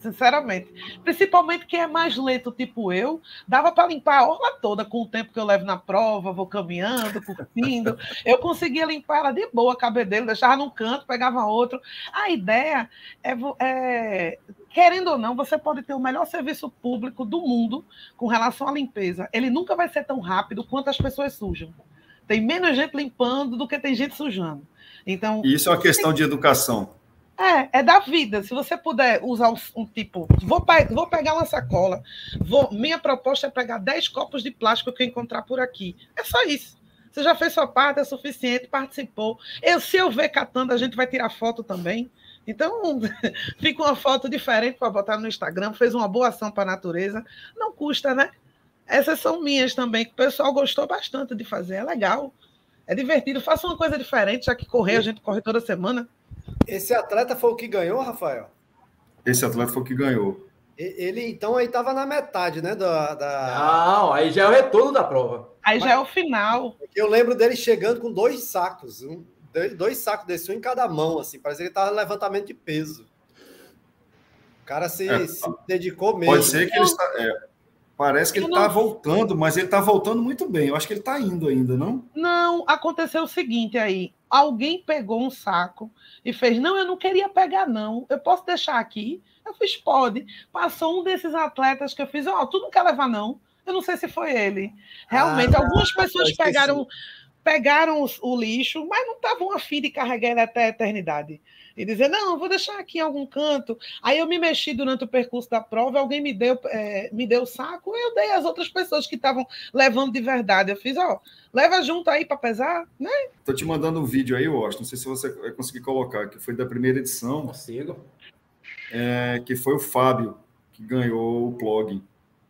sinceramente. Principalmente quem é mais lento, tipo eu, dava para limpar a orla toda com o tempo que eu levo na prova, vou caminhando, curtindo. Eu conseguia limpar ela de boa, cabedelo, deixava num canto, pegava outro. A ideia é, é, querendo ou não, você pode ter o melhor serviço público do mundo com relação à limpeza. Ele nunca vai ser tão rápido quanto as pessoas sujam. Tem menos gente limpando do que tem gente sujando. Então, isso é uma questão de educação. É, é da vida. Se você puder usar um, um tipo, vou, pe vou pegar uma sacola, vou, minha proposta é pegar dez copos de plástico que eu encontrar por aqui. É só isso. Você já fez sua parte, é suficiente, participou. Eu, se eu ver catando, a gente vai tirar foto também. Então, fica uma foto diferente para botar no Instagram, fez uma boa ação para a natureza. Não custa, né? Essas são minhas também, que o pessoal gostou bastante de fazer. É legal, é divertido. Faça uma coisa diferente, já que correr, a gente corre toda semana. Esse atleta foi o que ganhou, Rafael? Esse atleta foi o que ganhou. Ele, então, aí estava na metade, né? Da, da... Não, aí já é o retorno da prova. Aí já Mas... é o final. Eu lembro dele chegando com dois sacos. Um, dois sacos desse, um em cada mão, assim. Parece que ele estava no levantamento de peso. O cara se, é, se dedicou mesmo. Pode ser que ele está... É... Parece que eu ele está não... voltando, mas ele está voltando muito bem. Eu acho que ele está indo ainda, não? Não, aconteceu o seguinte aí. Alguém pegou um saco e fez, não, eu não queria pegar, não. Eu posso deixar aqui? Eu fiz, pode. Passou um desses atletas que eu fiz, ó, oh, tu não quer levar, não? Eu não sei se foi ele. Realmente, ah, algumas pessoas pegaram, pegaram o lixo, mas não estavam afim de carregar ele até a eternidade. E dizer, não, vou deixar aqui em algum canto. Aí eu me mexi durante o percurso da prova, alguém me deu, é, me deu o saco, eu dei às outras pessoas que estavam levando de verdade. Eu fiz, ó, leva junto aí para pesar, né? Estou te mandando um vídeo aí, Washington, não sei se você vai conseguir colocar, que foi da primeira edição. Consigo. É, que foi o Fábio que ganhou o plug.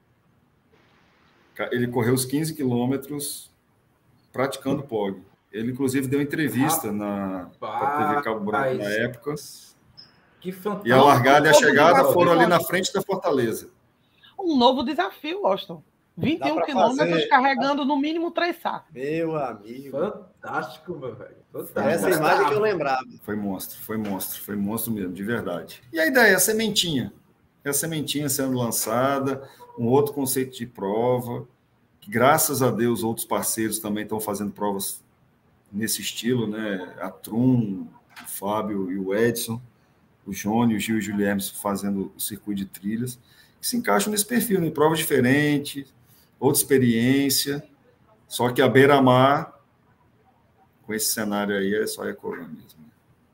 Ele correu os quinze quilômetros praticando plug. Ele, inclusive, deu entrevista ah, na T V Cabo Branco na época. Que fantástico. E a largada e a chegada foram ali na frente da Fortaleza. Um novo desafio, Washington. vinte e um quilômetros fazer... carregando no mínimo três sacos. Meu amigo. Fantástico, meu velho. Fantástico. Essa imagem que eu lembrava. Foi monstro, foi monstro, foi monstro mesmo, de verdade. E a ideia é a sementinha. É a sementinha sendo lançada, um outro conceito de prova, que graças a Deus outros parceiros também estão fazendo provas nesse estilo, né? A Trum, o Fábio e o Edson, o Jônio, o Gil e o Guilherme fazendo o circuito de trilhas, que se encaixam nesse perfil, né? Provas diferentes, outra experiência, só que a beira-mar, com esse cenário aí, é só Ecolan mesmo.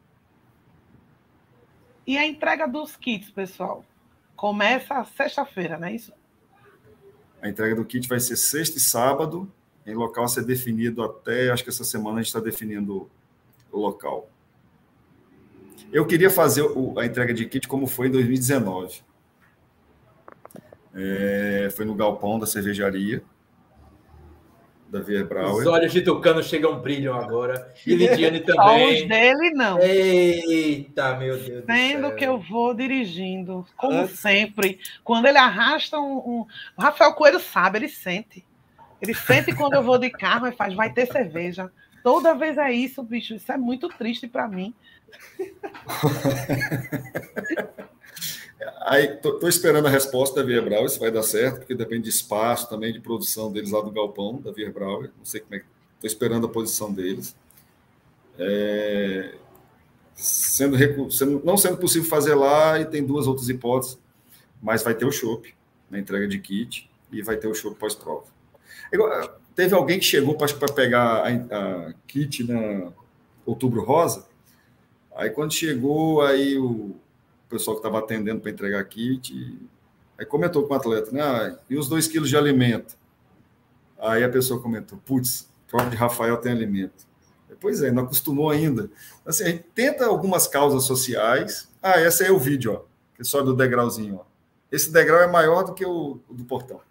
E a entrega dos kits, pessoal? Começa sexta-feira, não é isso? A entrega do kit vai ser sexta e sábado, em local a ser definido até, acho que essa semana a gente está definindo o local. Eu queria fazer o, a entrega de kit como foi em dois mil e dezenove. É, foi no galpão da cervejaria, da Vierbrauer. Os olhos de Tucano chegam, brilham agora. E Lidiane também. Os dele, não. Eita, meu Deus do céu. Sendo que eu vou dirigindo, como Antes. sempre. Quando ele arrasta um, um... O Rafael Coelho sabe, ele sente. Ele sente quando eu vou de carro e faz, vai ter cerveja. Toda vez é isso, bicho. Isso é muito triste para mim. Aí, tô, tô esperando a resposta da Vierbrauer, se vai dar certo, porque depende de espaço também, de produção deles lá do galpão, da Vierbrauer. Não sei como é que... Tô esperando a posição deles. É... Sendo, sendo, não sendo possível fazer lá, e tem duas outras hipóteses, mas vai ter o chopp na entrega de kit e vai ter o chopp pós-prova. Teve alguém que chegou para pegar a, a kit na Outubro Rosa, aí quando chegou, aí o pessoal que estava atendendo para entregar kit, aí comentou com o atleta, né? Ah, e os dois quilos de alimento? Aí a pessoa comentou, putz, prova de Rafael tem alimento. Pois é, não acostumou ainda. Assim, a gente tenta algumas causas sociais. Ah, esse aí é o vídeo, ó, que sobe o degrauzinho. Ó. Esse degrau é maior do que o, o do portão.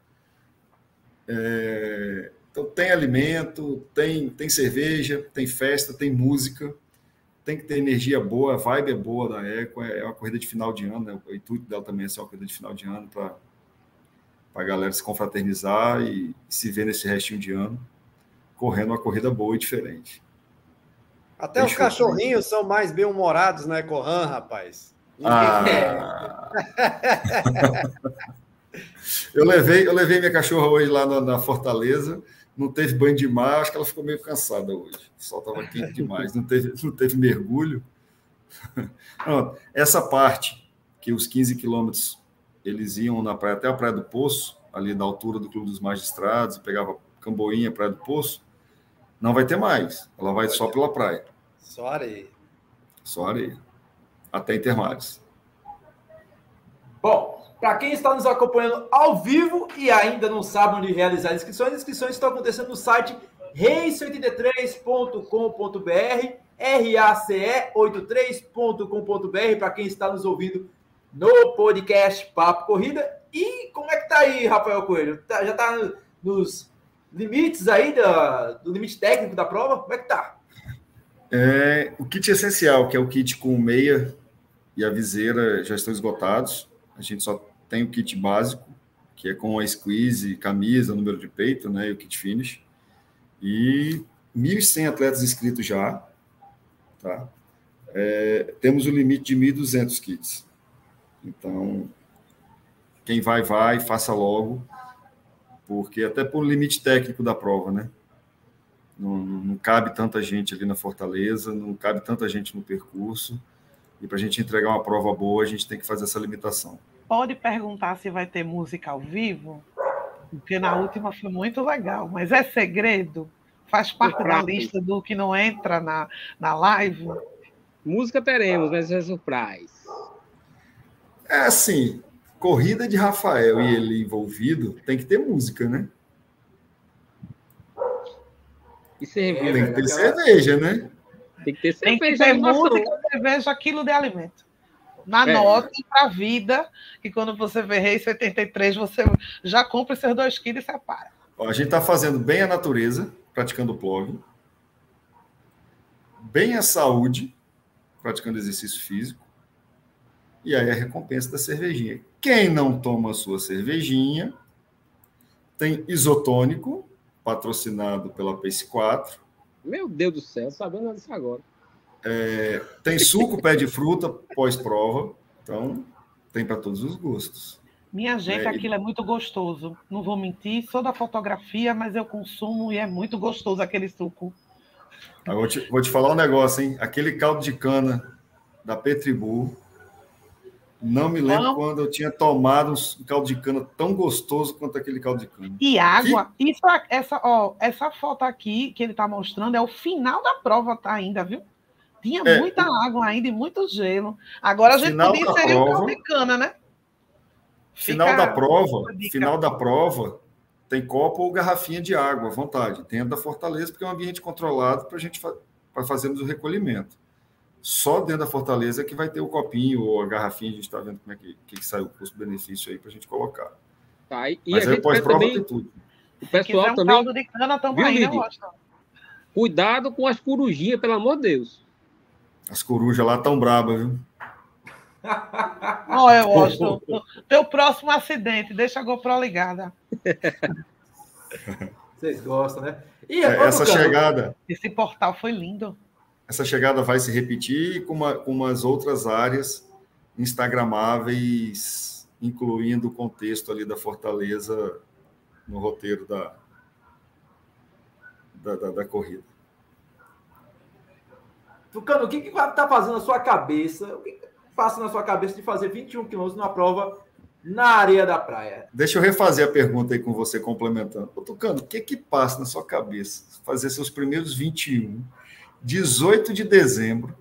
É, então, tem alimento, tem, tem cerveja, tem festa, tem música, tem que ter energia boa, a vibe é boa da Eco, é uma corrida de final de ano, né? O intuito dela também é ser uma corrida de final de ano para a galera se confraternizar e, e se ver nesse restinho de ano correndo uma corrida boa e diferente. Até Deixa os cachorrinhos são mais bem-humorados na Ecoran, rapaz. Ah. eu, levei, eu levei minha cachorra hoje lá na, na Fortaleza, não teve banho de mar, acho que ela ficou meio cansada hoje. O sol estava quente demais, não teve, não teve mergulho. Não, essa parte, que os quinze quilômetros, eles iam na praia, até a Praia do Poço, ali na altura do Clube dos Magistrados, pegava Camboinha, Praia do Poço, não vai ter mais. Ela vai só pela praia. Só areia. Só areia. Até Intermares. Bom, para quem está nos acompanhando ao vivo e ainda não sabe onde realizar as inscrições, as inscrições estão acontecendo no site race oitenta e três ponto com ponto b r, R A C E oitenta e três ponto com ponto b r, para quem está nos ouvindo no podcast Papo Corrida. E como é que tá aí, Rafael Coelho? Tá, já está nos limites aí da, do limite técnico da prova? Como é que tá? É, o kit essencial, que é o kit com meia e a viseira, já estão esgotados. A gente só tem o kit básico, que é com a squeeze, camisa, número de peito, né, e o kit finish. E mil e cem atletas inscritos já. Tá? É, temos o limite de mil e duzentos kits. Então, quem vai, vai, faça logo, porque até por limite técnico da prova, né? Não, não cabe tanta gente ali na Fortaleza, não cabe tanta gente no percurso, e para a gente entregar uma prova boa, a gente tem que fazer essa limitação. Pode perguntar se vai ter música ao vivo, porque na última foi muito legal, mas é segredo? Faz parte da lista do que não entra na, na live? Música teremos, mas é surprise. É assim, corrida de Rafael e ele envolvido, tem que ter música, né? E cerveja. Tem que ter cerveja, né? Tem que ter cerveja. Tem que ter música, cerveja, quilo de alimento. Na é. nota para a vida, que quando você vê Race oitenta e três, você já compra seus dois quilos e separa. Ó, a gente está fazendo bem a natureza, praticando o plug. Bem a saúde, praticando exercício físico. E aí a recompensa da cervejinha. Quem não toma a sua cervejinha, tem isotônico, patrocinado pela Pace quatro. Meu Deus do céu, sabendo disso agora. É, tem suco pé de fruta pós-prova, então tem para todos os gostos. Minha gente, é, aquilo e... é muito gostoso. Não vou mentir, sou da fotografia, mas eu consumo e é muito gostoso aquele suco. Eu vou, te, vou te falar um negócio, hein? Aquele caldo de cana da Petribu, não me lembro Bom, quando eu tinha tomado um caldo de cana tão gostoso quanto aquele caldo de cana. E água. Que... Isso, essa, ó, essa foto aqui que ele está mostrando é o final da prova, tá ainda, viu? Tinha é, muita o... água ainda e muito gelo. Agora a gente podia inserir o caldo de cana, né? Final Fica... da prova, final da prova, tem copo ou garrafinha de água à vontade, dentro da Fortaleza, porque é um ambiente controlado para a gente fa... para fazermos o recolhimento. Só dentro da Fortaleza que vai ter o copinho ou a garrafinha, a gente está vendo como é que, que sai o custo-benefício aí para a gente colocar. Tá, e Mas a aí pós-prova tem tudo. O pessoal um também... caldo de cana, tamo aí, né, Cuidado com as corujinhas, pelo amor de Deus. As corujas lá estão brabas, viu? Ó, eu gosto. Teu próximo acidente, deixa a GoPro ligada. Vocês gostam, né? E é, essa chegada... Esse portal foi lindo. Essa chegada vai se repetir com, uma, com umas outras áreas instagramáveis, incluindo o contexto ali da Fortaleza no roteiro da, da, da, da corrida. Tucano, o que está fazendo na sua cabeça? O que, que passa na sua cabeça de fazer vinte e um quilômetros numa prova na areia da praia? Deixa eu refazer a pergunta aí com você, complementando. Ô, Tucano, o que que passa na sua cabeça? Fazer seus primeiros vinte e um, dezoito de dezembro,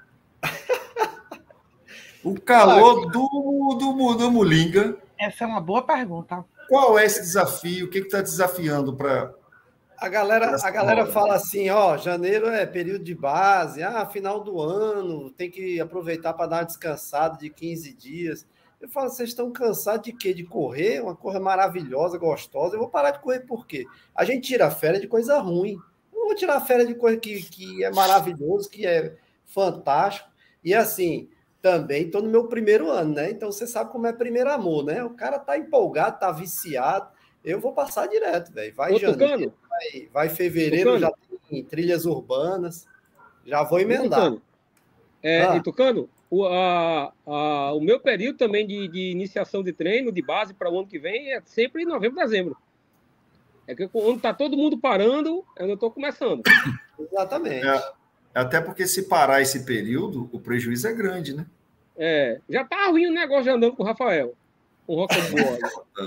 o calor do, do, do Molinga. Essa é uma boa pergunta. Qual é esse desafio? O que está desafiando para... A galera, a galera fala assim, ó, janeiro é período de base, ah, final do ano, tem que aproveitar para dar uma descansada de quinze dias. Eu falo, vocês estão cansados de quê? De correr? Uma coisa maravilhosa, gostosa. Eu vou parar de correr por quê? A gente tira férias de coisa ruim. Eu não vou tirar férias de coisa que, que é maravilhoso, que é fantástico. E assim, também estou no meu primeiro ano, né? Então você sabe como é primeiro amor, né? O cara tá empolgado, tá viciado. Eu vou passar direto, velho. Vai Ô, janeiro, vai, vai fevereiro, Tucano. Já tem trilhas urbanas. Já vou emendar. Tucano. É, ah. E Tucano, o, a, a, o meu período também de, de iniciação de treino, de base para o ano que vem, é sempre em novembro, dezembro. É que quando está todo mundo parando, eu estou começando. Exatamente. É, até porque se parar esse período, o prejuízo é grande, né? É, já tá ruim o negócio de andando com o Rafael, com o Rocambole.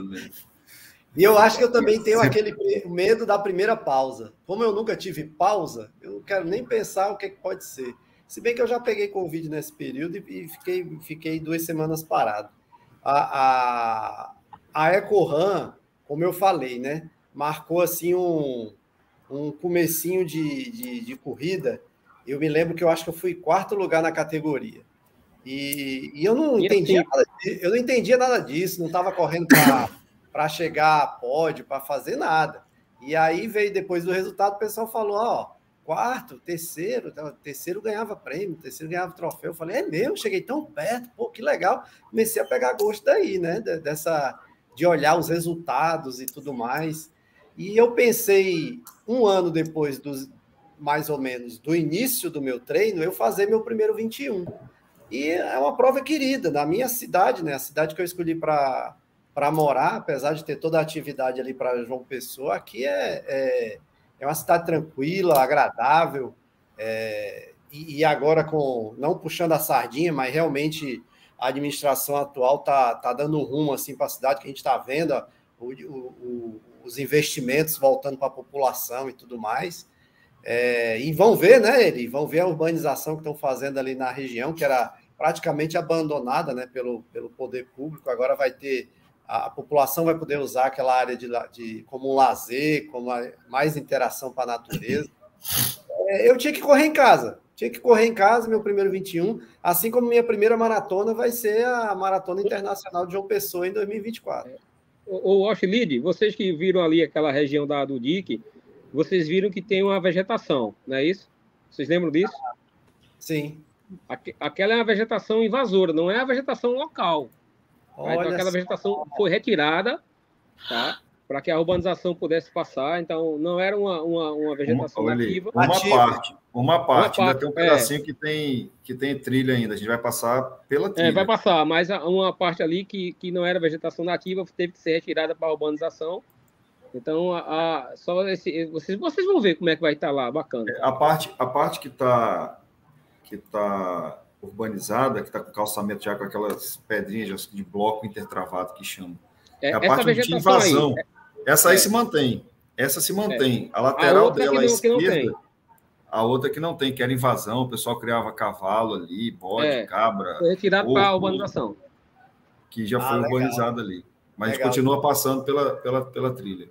E eu acho que eu também tenho aquele medo da primeira pausa. Como eu nunca tive pausa, eu não quero nem pensar o que, é que pode ser. Se bem que eu já peguei Covid nesse período e fiquei, fiquei duas semanas parado. A, a, a EcoRun, como eu falei, né, marcou assim um, um comecinho de, de, de corrida. Eu me lembro que eu acho que eu fui quarto lugar na categoria. E, e eu não entendia nada disso, eu não entendia nada disso, não estava correndo para chegar a pódio, para fazer nada. E aí veio depois do resultado, o pessoal falou, ó, quarto, terceiro, terceiro ganhava prêmio, terceiro ganhava troféu. Eu falei, é mesmo, cheguei tão perto, pô, que legal. Comecei a pegar gosto daí, né, dessa, de olhar os resultados e tudo mais. E eu pensei, um ano depois, dos, mais ou menos, do início do meu treino, eu fazer meu primeiro vinte e um. E é uma prova querida, na minha cidade, né? A cidade que eu escolhi para morar, apesar de ter toda a atividade ali para João Pessoa, aqui é, é, é uma cidade tranquila, agradável, é, e, e agora com, não puxando a sardinha, mas realmente a administração atual está tá dando um rumo assim, para a cidade, que a gente está vendo ó, o, o, os investimentos voltando para a população e tudo mais. É, e vão ver, né, Eli? Vão ver a urbanização que estão fazendo ali na região, que era praticamente abandonada, né, pelo, pelo poder público. Agora vai ter, a, a população vai poder usar aquela área de, de, como um lazer, como a, mais interação com a natureza. É, eu tinha que correr em casa, tinha que correr em casa, meu primeiro vinte e um, assim como minha primeira maratona vai ser a Maratona Internacional de João Pessoa em dois mil e vinte e quatro. O Oshlid, vocês que viram ali aquela região da, do D I C, vocês viram que tem uma vegetação, não é isso? Vocês lembram disso? Sim. Aquela é uma vegetação invasora, não é a vegetação local. Tá? Então, aquela vegetação foi retirada, tá? Para que a urbanização pudesse passar. Então, não era uma, uma, uma vegetação uma, nativa. Uma nativa. parte. Uma parte. Uma ainda parte, tem um pedacinho é. que, tem, que tem trilha ainda. A gente vai passar pela trilha. É, vai passar, mas uma parte ali que, que não era vegetação nativa teve que ser retirada para a urbanização. Então, a, a, só esse, vocês, vocês vão ver como é que vai estar lá, bacana. A parte, a parte que está que tá urbanizada, que está com calçamento já com aquelas pedrinhas de bloco intertravado que chamam. É, é a parte de invasão. Aí, essa aí é. se mantém. Essa se mantém. É. A lateral a dela à esquerda, a outra que não tem, que era invasão, o pessoal criava cavalo ali, bode, é. cabra. Foi retirado para a urbanização. Que já foi ah, urbanizado ali. Mas legal. A gente continua passando pela, pela, pela trilha.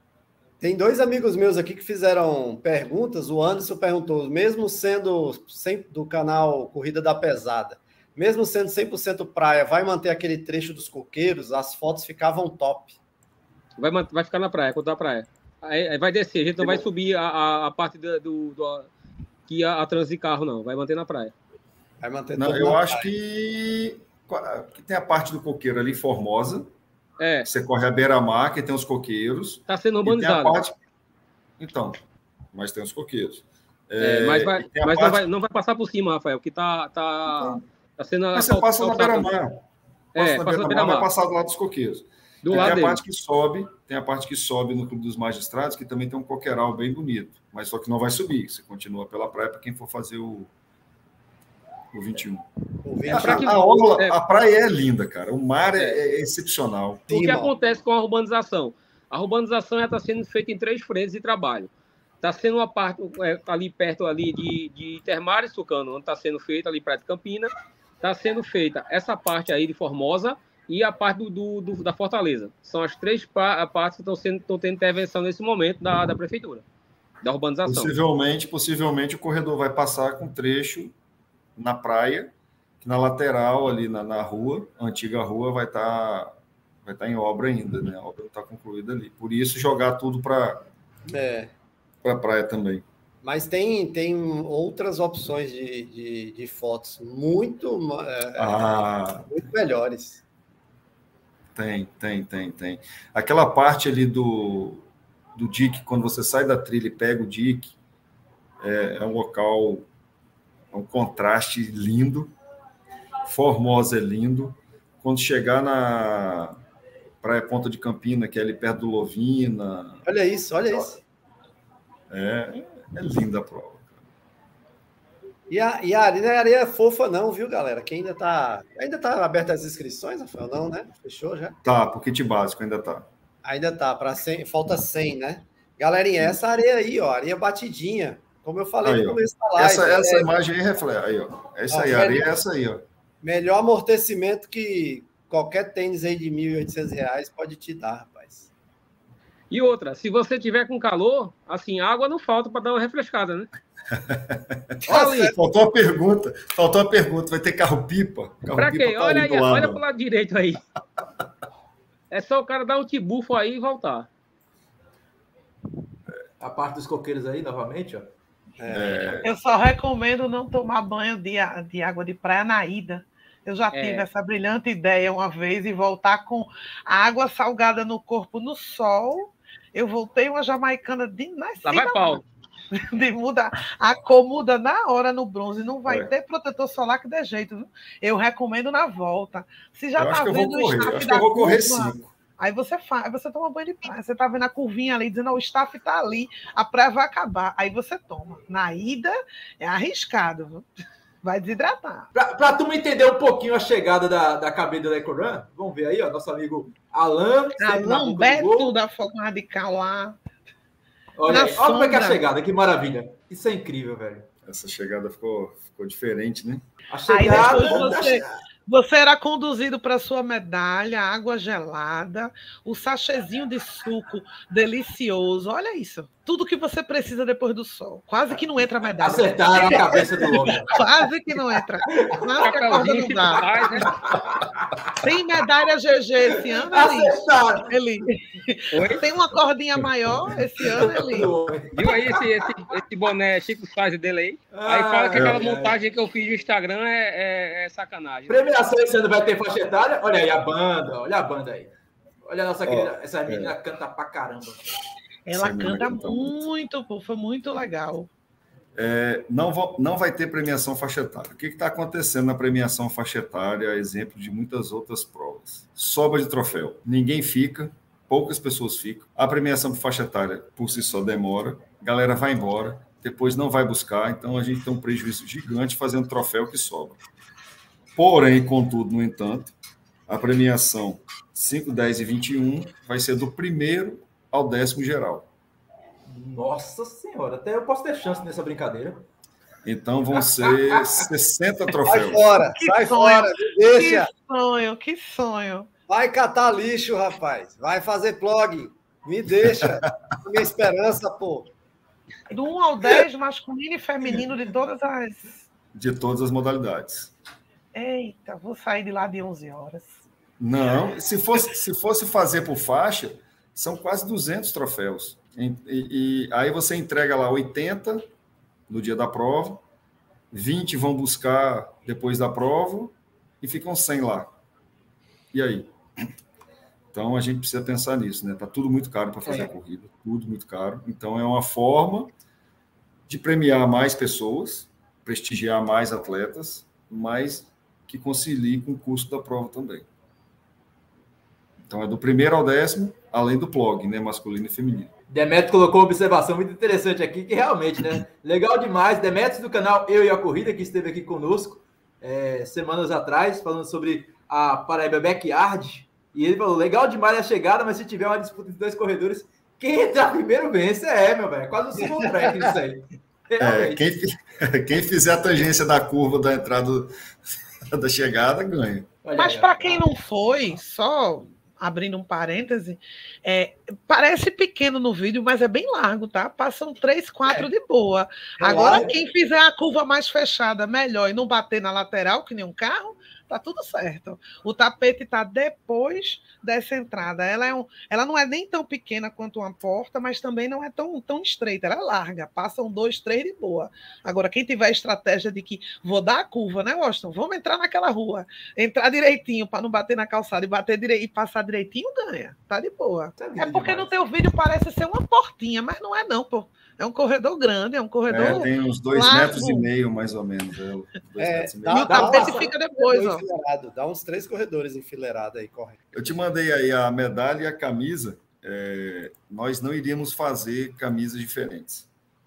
Tem dois amigos meus aqui que fizeram perguntas. O Anderson perguntou, mesmo sendo do canal Corrida da Pesada, mesmo sendo cem por cento praia, vai manter aquele trecho dos coqueiros? As fotos ficavam top. Vai, vai ficar na praia, contra a praia. Aí, aí vai descer, a gente não vai subir a, a, a parte do, do, do que a, a trans de carro, não. Vai manter na praia. Vai manter não, eu acho que, que tem a parte do coqueiro ali, Formosa. É. Você corre a beira-mar, que tem os coqueiros. Está sendo urbanizado. Parte... Então, mas tem os coqueiros. É, é, mas vai, mas parte... não, vai, não vai passar por cima, Rafael, que está tá, então, tá sendo... Mas você passa na beira-mar. É, passa na beira-mar, vai passar do lado dos coqueiros. Do tem lado a dele. parte que sobe, tem a parte que sobe no Clube dos Magistrados, que também tem um coqueiral bem bonito, mas só que não vai subir, você continua pela praia para quem for fazer o, o vinte e um. O vinte e um. A, praia, a, orla, é. a praia é linda, cara, o mar é, é, é excepcional. O que acontece com a urbanização? A urbanização está sendo feita em três frentes de trabalho. Está sendo uma parte é, ali perto ali de, de Intermares, Tucano, onde está sendo feita ali Praia de Campina, está sendo feita essa parte aí de Formosa e a parte do, do, do, da Fortaleza. São as três pa partes que estão sendo estão tendo intervenção nesse momento da, da prefeitura, da urbanização. Possivelmente, possivelmente o corredor vai passar com trecho na praia, que na lateral ali na, na rua, a antiga rua vai estar vai estar em obra ainda, né? A obra não está concluída ali. Por isso jogar tudo para é. para a praia também. Mas tem, tem outras opções de, de, de fotos muito, ah. é, muito melhores. Tem, tem, tem, tem. Aquela parte ali do, do dique, quando você sai da trilha e pega o dique, é, é um local, é um contraste lindo. Formosa é lindo. Quando chegar na Praia Ponta de Campina, que é ali perto do Lovina... Olha isso, olha isso. É, é linda a prova. E a, e a areia não é areia fofa não, viu, galera? Que ainda tá... Ainda tá aberta as inscrições, Rafael? Não, né? Fechou já? Tá, pro kit básico ainda tá. Ainda tá, para cem, falta cem, né? Galerinha, essa areia aí, ó, areia batidinha. Como eu falei aí, no começo da live. Essa, essa é... imagem aí reflete. Aí, ó. Essa ó, aí, a areia é essa aí, ó. Melhor amortecimento que qualquer tênis aí de mil e oitocentos reais pode te dar, rapaz. E outra, se você tiver com calor, assim, água não falta para dar uma refrescada, né? Olha, faltou a pergunta. Faltou a pergunta. Vai ter carro-pipa? Para quê? Tá olha aí, lado. Olha para o lado direito aí. É só o cara dar um tibufo aí e voltar. A parte dos coqueiros aí, novamente, ó. É. Eu só recomendo não tomar banho de, de água de praia na ida. Eu já tive é. essa brilhante ideia uma vez e voltar com água salgada no corpo no sol. Eu voltei uma jamaicana de nascida. Lá vai pau. De mudar. A cor muda na hora no bronze. Não vai é. ter protetor solar que dê jeito. Viu? Eu recomendo na volta. Se já está vendo o staff acho da que eu vou correr curva, cinco. Aí você faz, você toma banho de praia. Você está vendo a curvinha ali, dizendo, oh, o staff está ali, a praia vai acabar. Aí você toma. Na ida, é arriscado. Viu? Vai desidratar. Para tu me entender um pouquinho a chegada da, da cabine da EcoRun, vamos ver aí, ó, nosso amigo Alan. Alan Beto da Fogo Radical lá. Olha, aí, olha como é que é a chegada, que maravilha. Isso é incrível, velho. Essa chegada ficou, ficou diferente, né? A chegada... Aí você, você era conduzido para sua medalha, água gelada, o sachêzinho de suco delicioso. Olha isso. Tudo que você precisa depois do sol. Quase que não entra a medalha. Acertaram a cabeça do homem. Quase que não entra. Quase que a corda não dá. Faz, né? Tem medalha G G esse ano, Acertaram. Eli? Tem uma cordinha maior esse ano, Eli? Viu aí esse, esse, esse boné Chico Faz dele aí? Ah, aí fala que aquela é, montagem é. que eu fiz no Instagram é, é, é sacanagem. Premiação esse ano vai ter faixa etária? Olha aí a banda, olha a banda aí. Olha a nossa querida, oh, essa menina é. canta pra caramba. Ela canta muito, pô, foi muito legal. É, não, vou, não vai ter premiação faixa etária. O que está acontecendo na premiação faixa etária? Exemplo de muitas outras provas. Sobra de troféu. Ninguém fica, poucas pessoas ficam. A premiação por faixa etária, por si só, demora. A galera vai embora, depois não vai buscar. Então, a gente tem um prejuízo gigante fazendo troféu que sobra. Porém, contudo, no entanto, a premiação cinco, dez e vinte e um vai ser do primeiro ao décimo geral. Nossa Senhora, até eu posso ter chance nessa brincadeira. Então vão ser sessenta troféus. Sai fora, que sai sonho, fora, me deixa. Que sonho, que sonho. Vai catar lixo, rapaz. Vai fazer plug. Me deixa. Minha esperança, pô. Do um ao dez, masculino e feminino de todas as... De todas as modalidades. Eita, vou sair de lá de onze horas. Não, se fosse, se fosse fazer por faixa, são quase duzentos troféus. E, e, e aí você entrega lá oitenta no dia da prova, vinte vão buscar depois da prova e ficam cem lá. E aí? Então a gente precisa pensar nisso, né? Tá tudo muito caro para fazer é. a corrida, tudo muito caro. Então é uma forma de premiar mais pessoas, prestigiar mais atletas, mas que concilie com o custo da prova também. Então é do primeiro ao décimo, além do plug, né? Masculino e feminino. Demetrios colocou uma observação muito interessante aqui, que realmente, né? Legal demais. Demetrios do canal Eu e a Corrida, que esteve aqui conosco é, semanas atrás, falando sobre a Paraíba Backyard. E ele falou, legal demais a chegada, mas se tiver uma disputa entre dois corredores, quem entrar primeiro vence. É, meu velho, quase um single track isso aí. É, quem, quem fizer a tangência da curva da entrada da chegada, ganha. Olha mas para quem não foi, só... abrindo um parêntese, é, parece pequeno no vídeo, mas é bem largo, tá? Passam três, quatro é. de boa. É Agora, largo. Quem fizer a curva mais fechada, melhor, e não bater na lateral, que nem um carro, tá tudo certo. O tapete tá depois dessa entrada. Ela, é um, ela não é nem tão pequena quanto uma porta, mas também não é tão, tão estreita. Ela é larga. Passam dois, três de boa. Agora, quem tiver a estratégia de que vou dar a curva, né, Washington? Vamos entrar naquela rua. Entrar direitinho para não bater na calçada e, bater dire... e passar direitinho, ganha. Tá de boa. É, é porque demais. No teu vídeo parece ser uma portinha, mas não é não, pô. É um corredor grande, é um corredor. É, tem uns dois largo. metros e meio, mais ou menos. É, dois É, metros e meio. dá, E o dá tapete uma- fica depois, ó. enfileirado, dá uns três corredores enfileirados aí, correto. Eu te mandei aí a medalha e a camisa. É, nós não iríamos fazer camisas diferentes.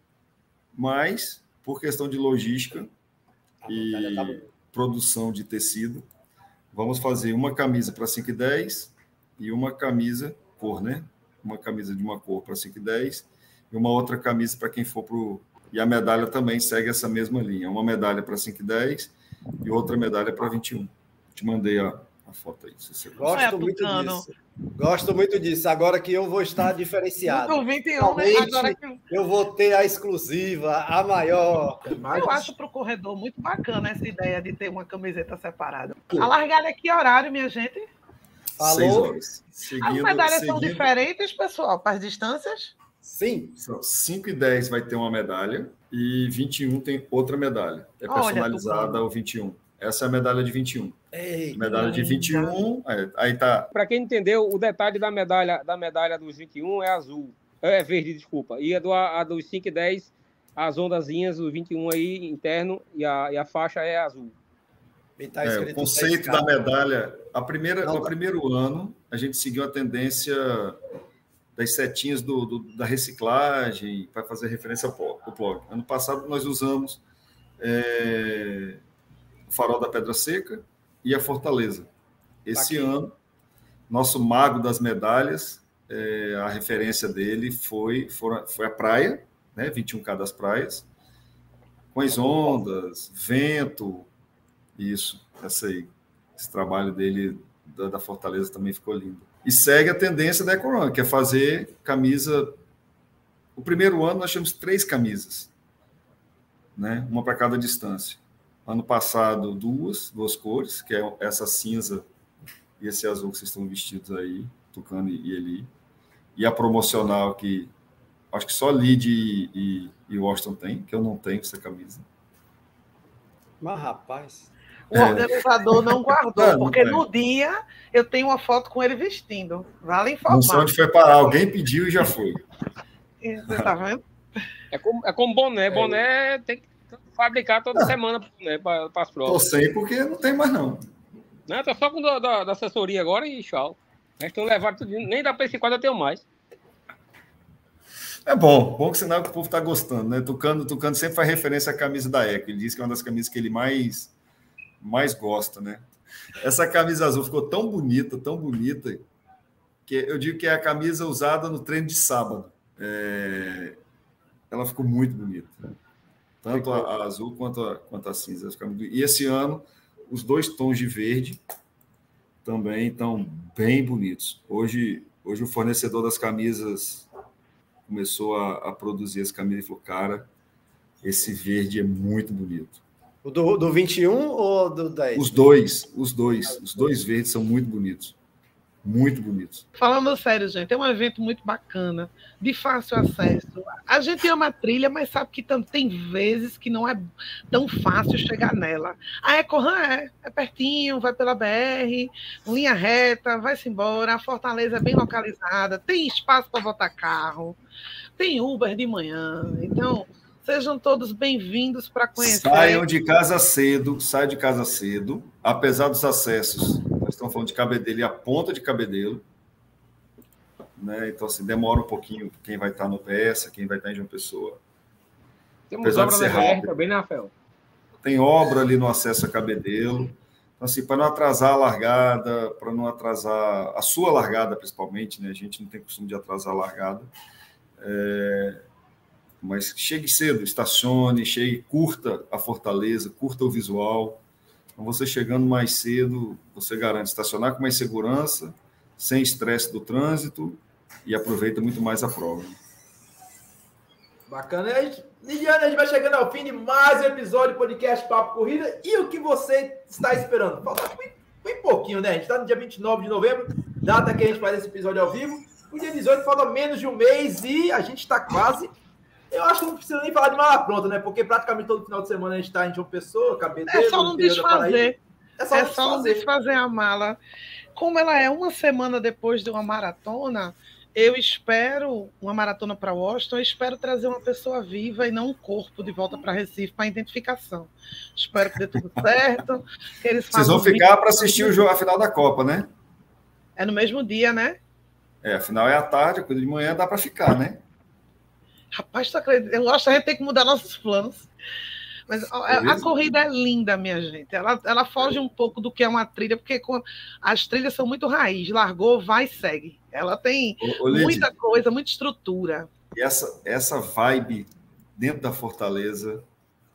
Mas, por questão de logística A medalha tá e bonita. produção de tecido, vamos fazer uma camisa para cinco e dez e uma camisa, cor, né? Uma camisa de uma cor para cinco e dez e uma outra camisa para quem for para o... E a medalha também segue essa mesma linha. Uma medalha para cinco e dez e outra medalha para vinte e um. Te mandei a, a foto aí. Se você Gosto É, muito Tucano. disso. Gosto muito disso. Agora que eu vou estar diferenciado. No vinte e um, né? Realmente, Agora que eu vou ter a exclusiva, a maior. eu acho para o corredor muito bacana essa ideia de ter uma camiseta separada. A largada é que horário, minha gente? Seis Falou? horas. As Seguindo, medalhas são seguindo, diferentes, pessoal, para as distâncias? Sim. são cinco e dez vai ter uma medalha e vinte e um tem outra medalha. É Olha, personalizada Tucano. ao vinte e um. Essa é a medalha de vinte e um. Ei, Medalha de vinte e um, é, aí tá. Para quem entendeu, o detalhe da medalha, da medalha dos vinte e um é azul. É verde, desculpa. E a, do, a dos cinco e dez, as ondazinhas, o vinte e um aí interno e a, e a faixa é azul. e tá É, escrito o conceito dez K. da medalha, a primeira, Não, no primeiro ano, a gente seguiu a tendência das setinhas do, do- da reciclagem para fazer referência ao pó- ao plug. Ano passado, nós usamos é, o farol da Pedra Seca e a Fortaleza. Esse Aqui. ano, nosso mago das medalhas, é, a referência dele foi, foram- foi a praia, né, vinte e um K das praias, com as ondas, vento, isso, essa aí. Esse trabalho dele, da, da Fortaleza, também ficou lindo. E segue a tendência da Ecorun, que é fazer camisa... O primeiro ano nós tínhamos três camisas, né, uma para cada distância. Ano passado, duas, duas cores, que é essa cinza e esse azul que vocês estão vestidos aí, Tucano e Eli. E a promocional, que acho que só Lid e, e, e Washington tem, que eu não tenho essa camisa. Mas, rapaz. O organizador não guardou, Não, não porque tem. no dia eu tenho uma foto com ele vestindo. Vale Não sei informar. onde foi parar, alguém pediu e já foi. Você tá vendo? É como, é como boné. Boné tem que fabricar toda semana para as Tô provas. sem porque não tem mais não. Não, tô só com da, da, da assessoria agora e tchau. Eles estão levando tudo, nem dá para esse quadro eu tenho mais. É bom, bom que sinal que o povo está gostando, né? Tucano, Tucano sempre faz referência à camisa da Eco. Ele diz que é uma das camisas que ele mais, mais gosta, né? Essa camisa azul ficou tão bonita, tão bonita, que eu digo que é a camisa usada no treino de sábado. É, ela ficou muito bonita. Tanto a, a azul quanto a, quanto a cinza. E esse ano, os dois tons de verde também estão bem bonitos. Hoje, hoje o fornecedor das camisas começou a, a produzir as camisas e falou, cara, esse verde é muito bonito. O do, do vinte e um ou do dez? Os dois, os dois, os dois verdes são muito bonitos. Muito bonitos. Falando sério, gente, é um evento muito bacana, de fácil acesso. A gente ama a trilha, mas sabe que tam- tem vezes que não é tão fácil chegar nela. A Ecorun é, é pertinho, vai pela B R, linha reta, vai-se embora. A Fortaleza é bem localizada, tem espaço para botar carro, tem Uber de manhã. Então, sejam todos bem-vindos para conhecer. Saiam de casa cedo, saiam de casa cedo, apesar dos acessos. Nós estamos falando de Cabedelo e a ponta de Cabedelo. Né? Então, assim, demora um pouquinho quem vai estar no P S, quem vai estar em João Pessoa. Temos Apesar de obra ser da B R rápido. também, né, Rafael? Tem obra ali no acesso a Cabedelo. Então, assim, para não atrasar a largada, para não atrasar a sua largada, principalmente, né? A gente não tem costume de atrasar a largada. É... Mas chegue cedo, estacione, chegue, curta a Fortaleza, curta o visual. Então, você chegando mais cedo, você garante estacionar com mais segurança, sem estresse do trânsito e aproveita muito mais a prova. Bacana. E aí, Lidiane, a gente vai chegando ao fim de mais um episódio do podcast Papo Corrida. E o que você está esperando? Falta bem, bem pouquinho, né? A gente está no dia vinte e nove de novembro, data que a gente faz esse episódio ao vivo. O dia dezoito falta menos de um mês e a gente está quase... Eu acho que não precisa nem falar de mala pronta, né? Porque praticamente todo final de semana a gente está em João Pessoa, Cabedelo... É só não desfazer. É só, É não só não desfazer. desfazer a mala. Como ela é uma semana depois de uma maratona, eu espero uma maratona para Washington, eu espero trazer uma pessoa viva e não um corpo de volta para Recife para identificação. Espero que dê tudo certo. Que eles Vocês vão ficar para assistir o jogo, a final da Copa, né? É no mesmo dia, né? É, a final é à tarde, a coisa de manhã dá para ficar, né? Rapaz, tu acredita? Eu acho que a gente tem que mudar nossos planos. Mas a, a corrida é linda, minha gente. Ela, ela foge um pouco do que é uma trilha, porque as trilhas são muito raiz. Largou, vai e segue. Ela tem ô, ô, muita Lid, coisa, muita estrutura. E essa, essa vibe dentro da Fortaleza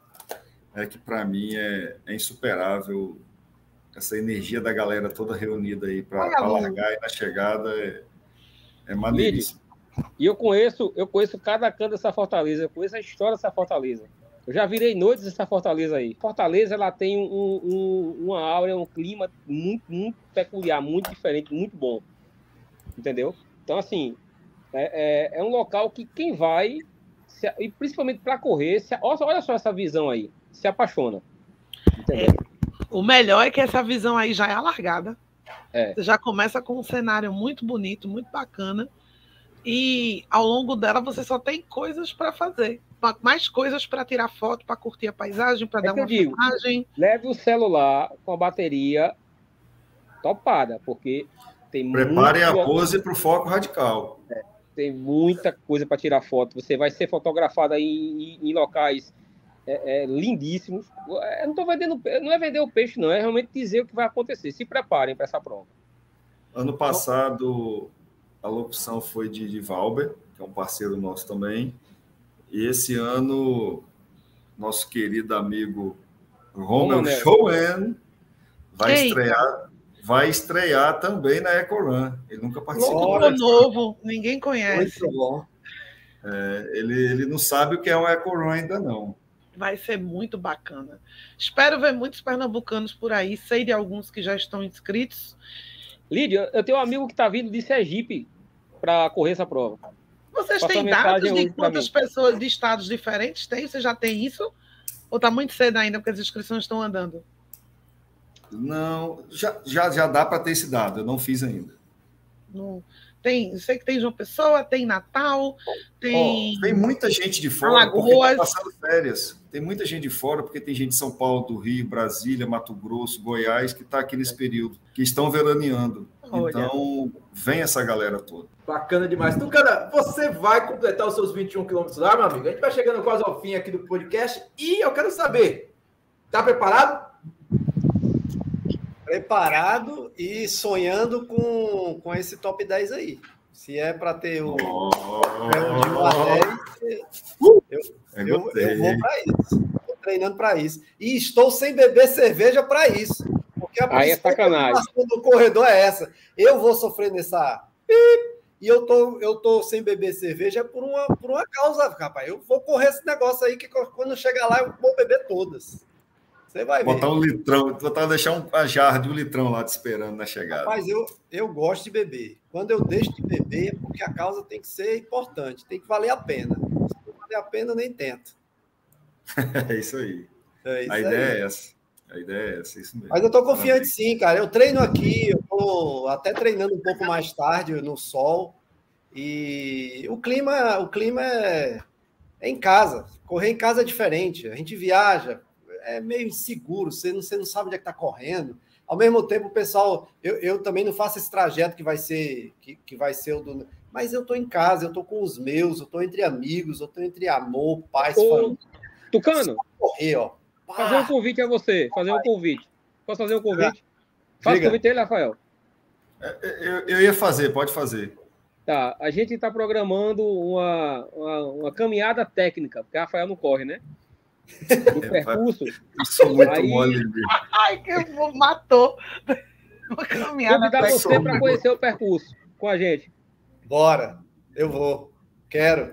é que, para mim, é, é insuperável. Essa energia da galera toda reunida aí para largar e na chegada é, é maneiríssimo. E eu conheço, eu conheço cada canto dessa Fortaleza, eu conheço a história dessa Fortaleza. Eu já virei noites dessa Fortaleza aí. Fortaleza, ela tem um, um, uma aura, um clima muito, muito peculiar, muito diferente, muito bom. Entendeu? Então, assim, é, é, é um local que quem vai, se, e principalmente para correr, se, olha só essa visão aí, se apaixona. Entendeu? É, o melhor é que essa visão aí já é alargada. É. Você já começa com um cenário muito bonito, muito bacana. E ao longo dela você só tem coisas para fazer. Mais coisas para tirar foto, para curtir a paisagem, para é dar uma digo, filmagem. Leve o celular com a bateria topada, porque tem Prepare muito... a pose para o foco radical. É, tem muita coisa para tirar foto. Você vai ser fotografado em, em, em locais é, é, lindíssimos. Eu não tô vendendo, não é vender o peixe, não. É realmente dizer o que vai acontecer. Se preparem para essa prova. Ano passado, a locução foi de, de Valber, que é um parceiro nosso também. E esse ano, nosso querido amigo Romel Schoen vai estrear, vai estrear também na EcoRun. Ele nunca participou. Muito novo, ninguém conhece. Muito bom. É, ele, ele não sabe o que é um EcoRun ainda não. Vai ser muito bacana. Espero ver muitos pernambucanos por aí. Sei de alguns que já estão inscritos. Lídia, eu tenho um amigo que está vindo de Sergipe para correr essa prova. Vocês têm dados de quantas pessoas de estados diferentes tem? Você já tem isso? Ou está muito cedo ainda, porque as inscrições estão andando? Não, já, já, já dá para ter esse dado, eu não fiz ainda. Não. Tem, eu sei que tem João Pessoa, tem Natal, tem... Oh, tem muita gente de fora Alagoas. Porque está passando férias. Tem muita gente de fora, porque tem gente de São Paulo, do Rio, Brasília, Mato Grosso, Goiás, que está aqui nesse período, que estão veraneando. Olha. Então, vem essa galera toda. Bacana demais. Tucana, você vai completar os seus vinte e um quilômetros lá, meu amigo? A gente vai chegando quase ao fim aqui do podcast e eu quero saber, tá preparado? Preparado e sonhando com, com esse top dez aí. Se é para ter o oh, de um a dez, eu, eu, eu, eu vou para isso. Estou treinando para isso. E estou sem beber cerveja para isso. Porque a aí é sacanagem. do corredor é essa. Eu vou sofrer nessa... E eu tô, eu tô sem beber cerveja por uma, por uma causa, rapaz. Eu vou correr esse negócio aí que quando chegar lá eu vou beber todas. Você vai ver. Botar um litrão, botar, deixar uma jarra de um litrão lá te esperando na chegada. Rapaz, eu, eu gosto de beber. Quando eu deixo de beber, é porque a causa tem que ser importante, tem que valer a pena. Se não valer a pena, eu nem tento. É isso aí. É isso a ideia aí. é essa. A ideia é essa, isso mesmo. Mas eu tô confiante sim, cara. Eu treino aqui, eu tô até treinando um pouco mais tarde no sol. E o clima, o clima é, é em casa. Correr em casa é diferente. A gente viaja, é meio inseguro, você não, você não sabe onde é que tá correndo. Ao mesmo tempo, o pessoal, eu, eu também não faço esse trajeto que vai ser, que, que vai ser o do. Mas eu tô em casa, eu tô com os meus, eu tô entre amigos, eu tô entre amor, paz, família. Tucano, correr, ó. Fazer um convite a você, fazer um convite. Posso fazer um convite? Faz o convite aí, Rafael. Eu, eu ia fazer, pode fazer. Tá, a gente está programando uma, uma, uma caminhada técnica, porque o Rafael não corre, né? No é, percurso. Eu sou muito aí... mole. Ai, que matou. Uma caminhada Convidar técnica. Você para conhecer o percurso com a gente. Bora, eu vou. Quero.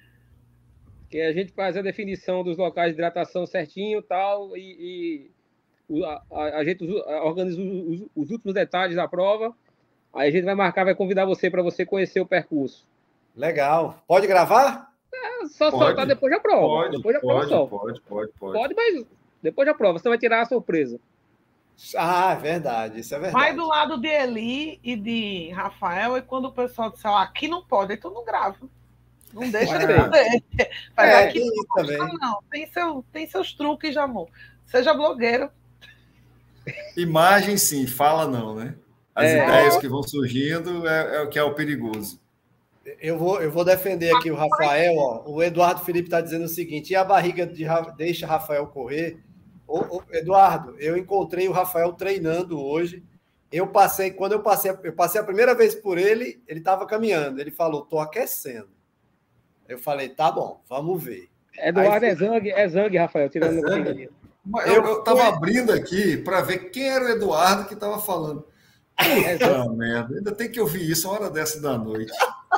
Que a gente faz a definição dos locais de hidratação certinho e tal, e, e a, a, a gente organiza os, os últimos detalhes da prova. Aí a gente vai marcar, vai convidar você para você conhecer o percurso. Legal. Pode gravar? É, só pode, soltar depois da prova. Pode, depois da prova pode, só. pode, pode, pode. Pode, mas depois da prova. Você vai tirar a surpresa. Ah, é verdade, isso é verdade. Vai do lado de Eli e de Rafael, e quando o pessoal disser, ah, aqui não pode, aí tu não grava. Não deixa de fazer. Mas é, aqui não também. Não, tem, seu, tem seus truques de amor. Seja blogueiro. Imagem, sim, fala não, né? As é. ideias que vão surgindo é, é o que é o perigoso. Eu vou, eu vou defender aqui o Rafael. Ó. O Eduardo Felipe está dizendo o seguinte: e a barriga de deixa Rafael correr? Ô, ô, Eduardo, eu encontrei o Rafael treinando hoje. Eu passei, quando eu passei, eu passei a primeira vez por ele, ele estava caminhando. Ele falou, estou aquecendo. Eu falei, tá bom, vamos ver. Eduardo Aí, é Zang, é Zang, Rafael, tirando o Zang. Eu estava abrindo aqui para ver quem era o Eduardo que estava falando. É ah, merda, ainda tem que ouvir isso uma hora dessa da noite.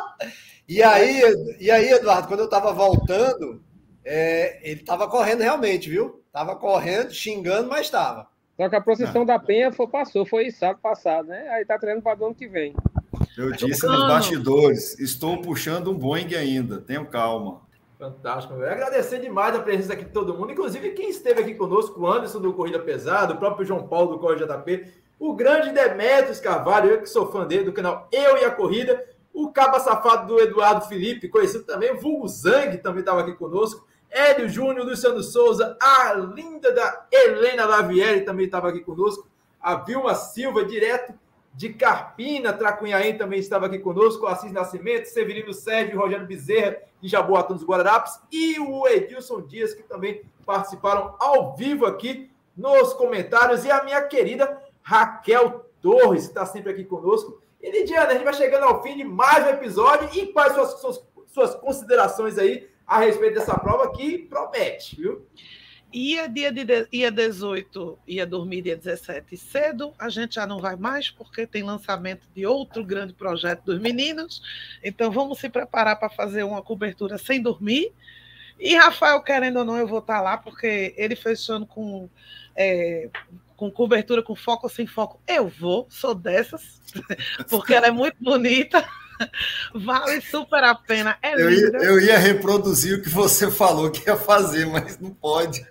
E aí, e aí, Eduardo, quando eu estava voltando, é, ele estava correndo realmente, viu? Estava correndo, xingando, mas estava. Só que a procissão ah. da Penha foi, passou, foi sábado passado, né? Aí tá treinando para o ano que vem. Eu disse nos bastidores, estou puxando um Boeing ainda, tenham calma. Fantástico. Eu agradecer demais a presença aqui de todo mundo, inclusive quem esteve aqui conosco, o Anderson do Corrida Pesada, o próprio João Paulo do Corre J P, o grande Demetrios Carvalho, eu que sou fã dele, do canal Eu e a Corrida, o Caba Safado do Eduardo Felipe, conhecido também, o Vulgo Zang também estava aqui conosco, Hélio Júnior, Luciano Souza, a linda da Helena Lavieri também estava aqui conosco, a Vilma Silva, direto de Carpina, Tracunhaém, também estava aqui conosco, o Assis Nascimento, Severino Sérgio, Rogério Bezerra, de Jaboatão dos Guararapes, e o Edilson Dias, que também participaram ao vivo aqui nos comentários, e a minha querida Raquel Torres, que está sempre aqui conosco. E, Lidiana, a gente vai chegando ao fim de mais um episódio, e quais suas, suas, suas considerações aí a respeito dessa prova que promete, viu? Ia dia de, ia dezoito, ia dormir dia dezessete cedo, a gente já não vai mais, porque tem lançamento de outro grande projeto dos meninos, então vamos se preparar para fazer uma cobertura sem dormir, e Rafael, querendo ou não, eu vou estar lá, porque ele fechando com, é, com cobertura com foco ou sem foco, eu vou, sou dessas, porque ela é muito bonita, vale super a pena, é eu linda. Ia, eu ia reproduzir o que você falou que ia fazer, mas não pode.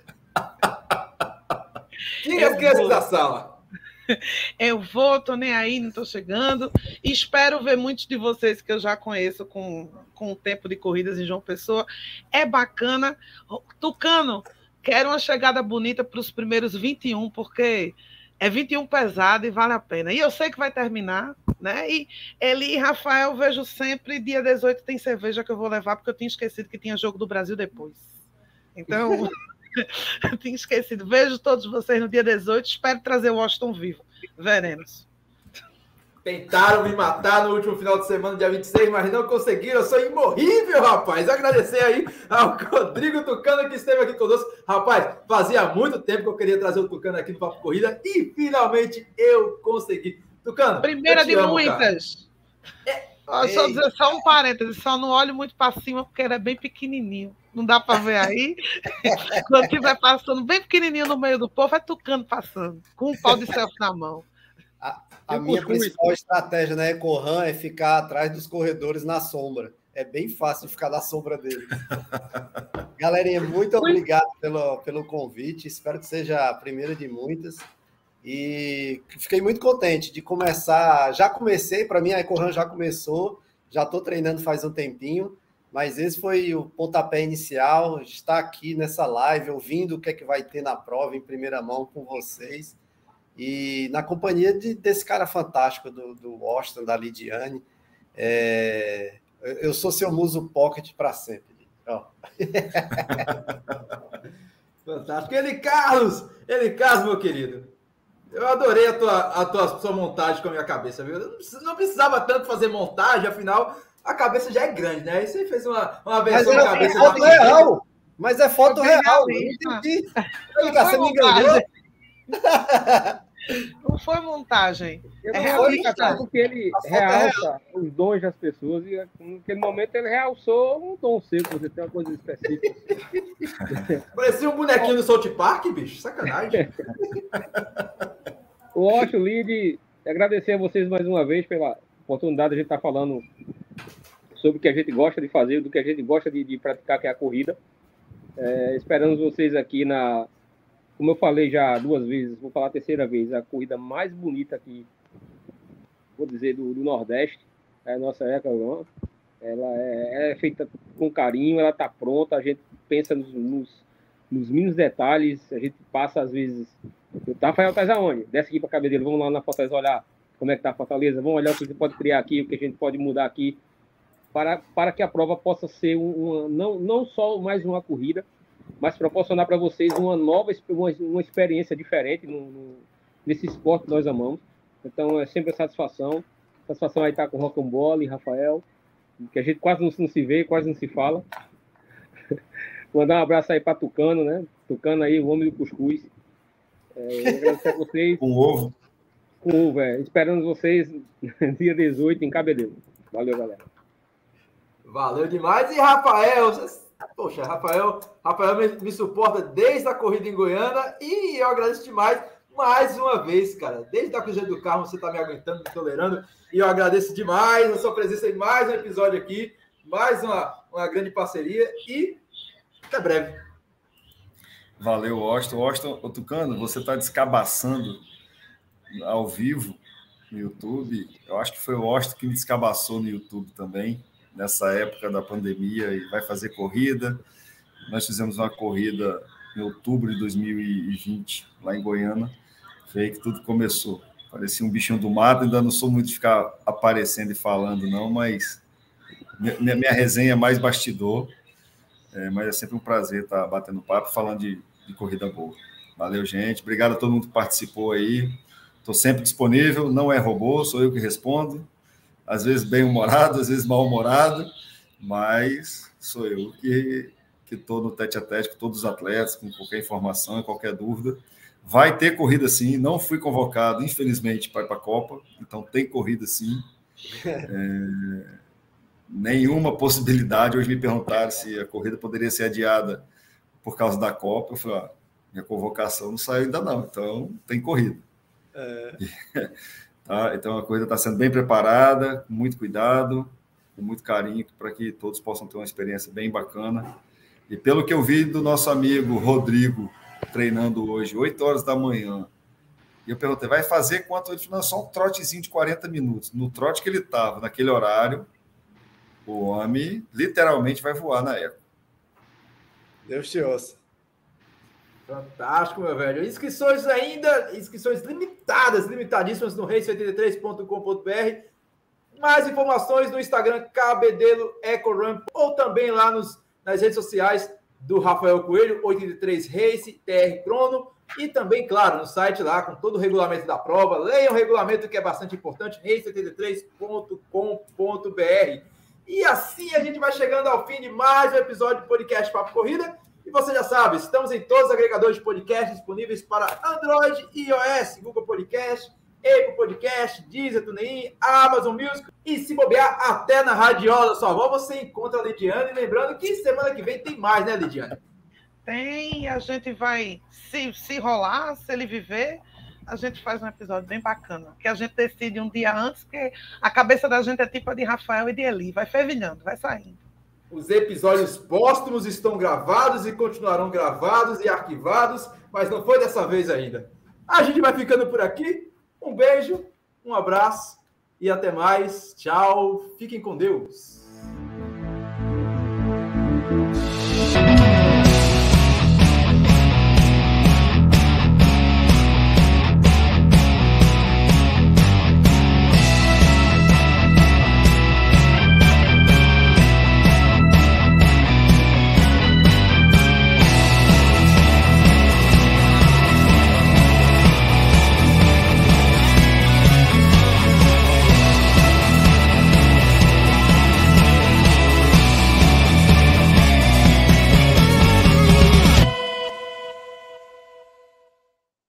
Tira as crianças da sala. Eu vou, tô nem aí, não tô chegando. Espero ver muitos de vocês que eu já conheço com, com o tempo de corridas em João Pessoa. É bacana. Tucano, quero uma chegada bonita para os primeiros vinte e um, porque é vinte e um pesado e vale a pena. E eu sei que vai terminar, né? E Eli e Rafael, vejo sempre, dia dezoito tem cerveja que eu vou levar, porque eu tinha esquecido que tinha jogo do Brasil depois. Então... Eu tinha esquecido. Vejo todos vocês no dia dezoito. Espero trazer o Washington vivo. Veremos. Tentaram me matar no último final de semana, dia vinte e seis, mas não conseguiram. Eu sou imorrível, rapaz. Agradecer aí ao Rodrigo Tucano que esteve aqui conosco. Rapaz, fazia muito tempo que eu queria trazer o Tucano aqui no Papo Corrida e finalmente eu consegui. Tucano, primeira de amo, muitas. É, só dizer só um parêntese, só não olho muito para cima porque ele é bem pequenininho. Não dá para ver aí. Quando estiver passando bem pequenininho no meio do povo, é Tucano passando, com um pau de selfie na mão. A, a minha principal isso. estratégia na EcoRun é ficar atrás dos corredores na sombra. É bem fácil ficar na sombra dele. Galerinha, muito obrigado pelo, pelo convite. Espero que seja a primeira de muitas. E fiquei muito contente de começar. Já comecei, para mim a EcoRun já começou. Já estou treinando faz um tempinho. Mas esse foi o pontapé inicial, estar aqui nessa live, ouvindo o que é que vai ter na prova em primeira mão com vocês, e na companhia de, desse cara fantástico do, do Washington, da Lidiane. É, eu sou seu muso pocket para sempre. Ó. Fantástico. Ele, Carlos! Ele, Carlos, meu querido. Eu adorei a tua, a tua sua montagem com a minha cabeça, viu? Eu não precisava tanto fazer montagem, afinal... A cabeça já é grande, né? Aí você fez uma, uma versão da cabeça. É foto real. Mas é foto real. Você me enganou. Não foi montagem. Eu é realista, porque ele realça é os dons das pessoas e naquele momento ele realçou um dom seu, você tem uma coisa específica. Parecia um bonequinho do South Park, bicho. Sacanagem. O Ocho, Lid, agradecer a vocês mais uma vez pela oportunidade de a gente estar falando sobre o que a gente gosta de fazer, do que a gente gosta de, de praticar, que é a corrida. É, esperamos vocês aqui na, como eu falei já duas vezes, vou falar a terceira vez, a corrida mais bonita aqui, vou dizer, do, do Nordeste, é a nossa EcoRun. Ela é, é feita com carinho, ela está pronta, a gente pensa nos, nos, nos mínimos detalhes, a gente passa às vezes... O Rafael tá aonde? Desce aqui para Cabedelo, vamos lá na Fortaleza olhar como é que está a Fortaleza, vamos olhar o que a gente pode criar aqui, o que a gente pode mudar aqui, para, para que a prova possa ser uma, não, não só mais uma corrida, mas proporcionar para vocês uma nova uma, uma experiência diferente no, no, nesse esporte que nós amamos. Então é sempre a satisfação. Satisfação aí estar com o Rocambole, Rafael, que a gente quase não, não se vê, quase não se fala. Mandar um abraço aí para Tucano, né? Tucano aí, o homem do cuscuz. É, agradecer a vocês. Com ovo. Com ovo, é. Esperando vocês dia dezoito em Cabedelo. Valeu, galera. Valeu demais. E Rafael, poxa, Rafael, Rafael me, me suporta desde a corrida em Goiânia e eu agradeço demais mais uma vez, cara. Desde a corrida do carro você está me aguentando, me tolerando e eu agradeço demais a sua presença em mais um episódio aqui, mais uma, uma grande parceria e até breve. Valeu, Washington. Washington, Tucano, você está descabaçando ao vivo no YouTube. Eu acho que foi o Washington que me descabaçou no YouTube também, nessa época da pandemia, e vai fazer corrida. Nós fizemos uma corrida em outubro de dois mil e vinte, lá em Goiânia. Foi aí que tudo começou. Parecia um bichinho do mato, ainda não sou muito de ficar aparecendo e falando, não, mas minha, minha resenha é mais bastidor, é, mas é sempre um prazer estar batendo papo, falando de, de corrida boa. Valeu, gente. Obrigado a todo mundo que participou aí. Estou sempre disponível, não é robô, sou eu que respondo. Às vezes bem-humorado, às vezes mal-humorado, mas sou eu que estou no tete-a-tete com todos os atletas, com qualquer informação e qualquer dúvida. Vai ter corrida sim, não fui convocado, infelizmente, para ir para a Copa, então tem corrida sim. É, nenhuma possibilidade. Hoje me perguntaram se a corrida poderia ser adiada por causa da Copa. Eu falei, ó, minha convocação não saiu ainda não, então tem corrida. É... Tá? Então a corrida está sendo bem preparada, com muito cuidado, com muito carinho, para que todos possam ter uma experiência bem bacana. E pelo que eu vi do nosso amigo Rodrigo treinando hoje, oito horas da manhã, e eu perguntei, vai fazer quanto? Ele falou, não, só um trotezinho de quarenta minutos. No trote que ele estava, naquele horário, o homem literalmente vai voar na Eco. Deus te ouça. Fantástico, meu velho. Inscrições ainda, inscrições limitadas, limitadíssimas no race oitenta e três ponto com ponto b r. Mais informações no Instagram, Cabedelo EcoRun, ou também lá nos, nas redes sociais do Rafael Coelho, oitenta e três Race, T R Crono, e também, claro, no site lá, com todo o regulamento da prova. Leiam o regulamento, que é bastante importante, race oitenta e três ponto com ponto b r. E assim a gente vai chegando ao fim de mais um episódio do podcast Papo Corrida. E você já sabe, estamos em todos os agregadores de podcast disponíveis para Android e iOS, Google Podcast, Apple Podcast, Deezer, TuneIn, Amazon Music e, se bobear, até na Radiola Sua Avó você encontra a Lidiane. E lembrando que semana que vem tem mais, né, Lidiane? Tem, a gente vai, se, se rolar, se ele viver, a gente faz um episódio bem bacana, que a gente decide um dia antes, porque a cabeça da gente é tipo a de Rafael e de Eli, vai fervilhando, vai saindo. Os episódios póstumos estão gravados e continuarão gravados e arquivados, mas não foi dessa vez ainda. A gente vai ficando por aqui. Um beijo, um abraço e até mais. Tchau. Fiquem com Deus.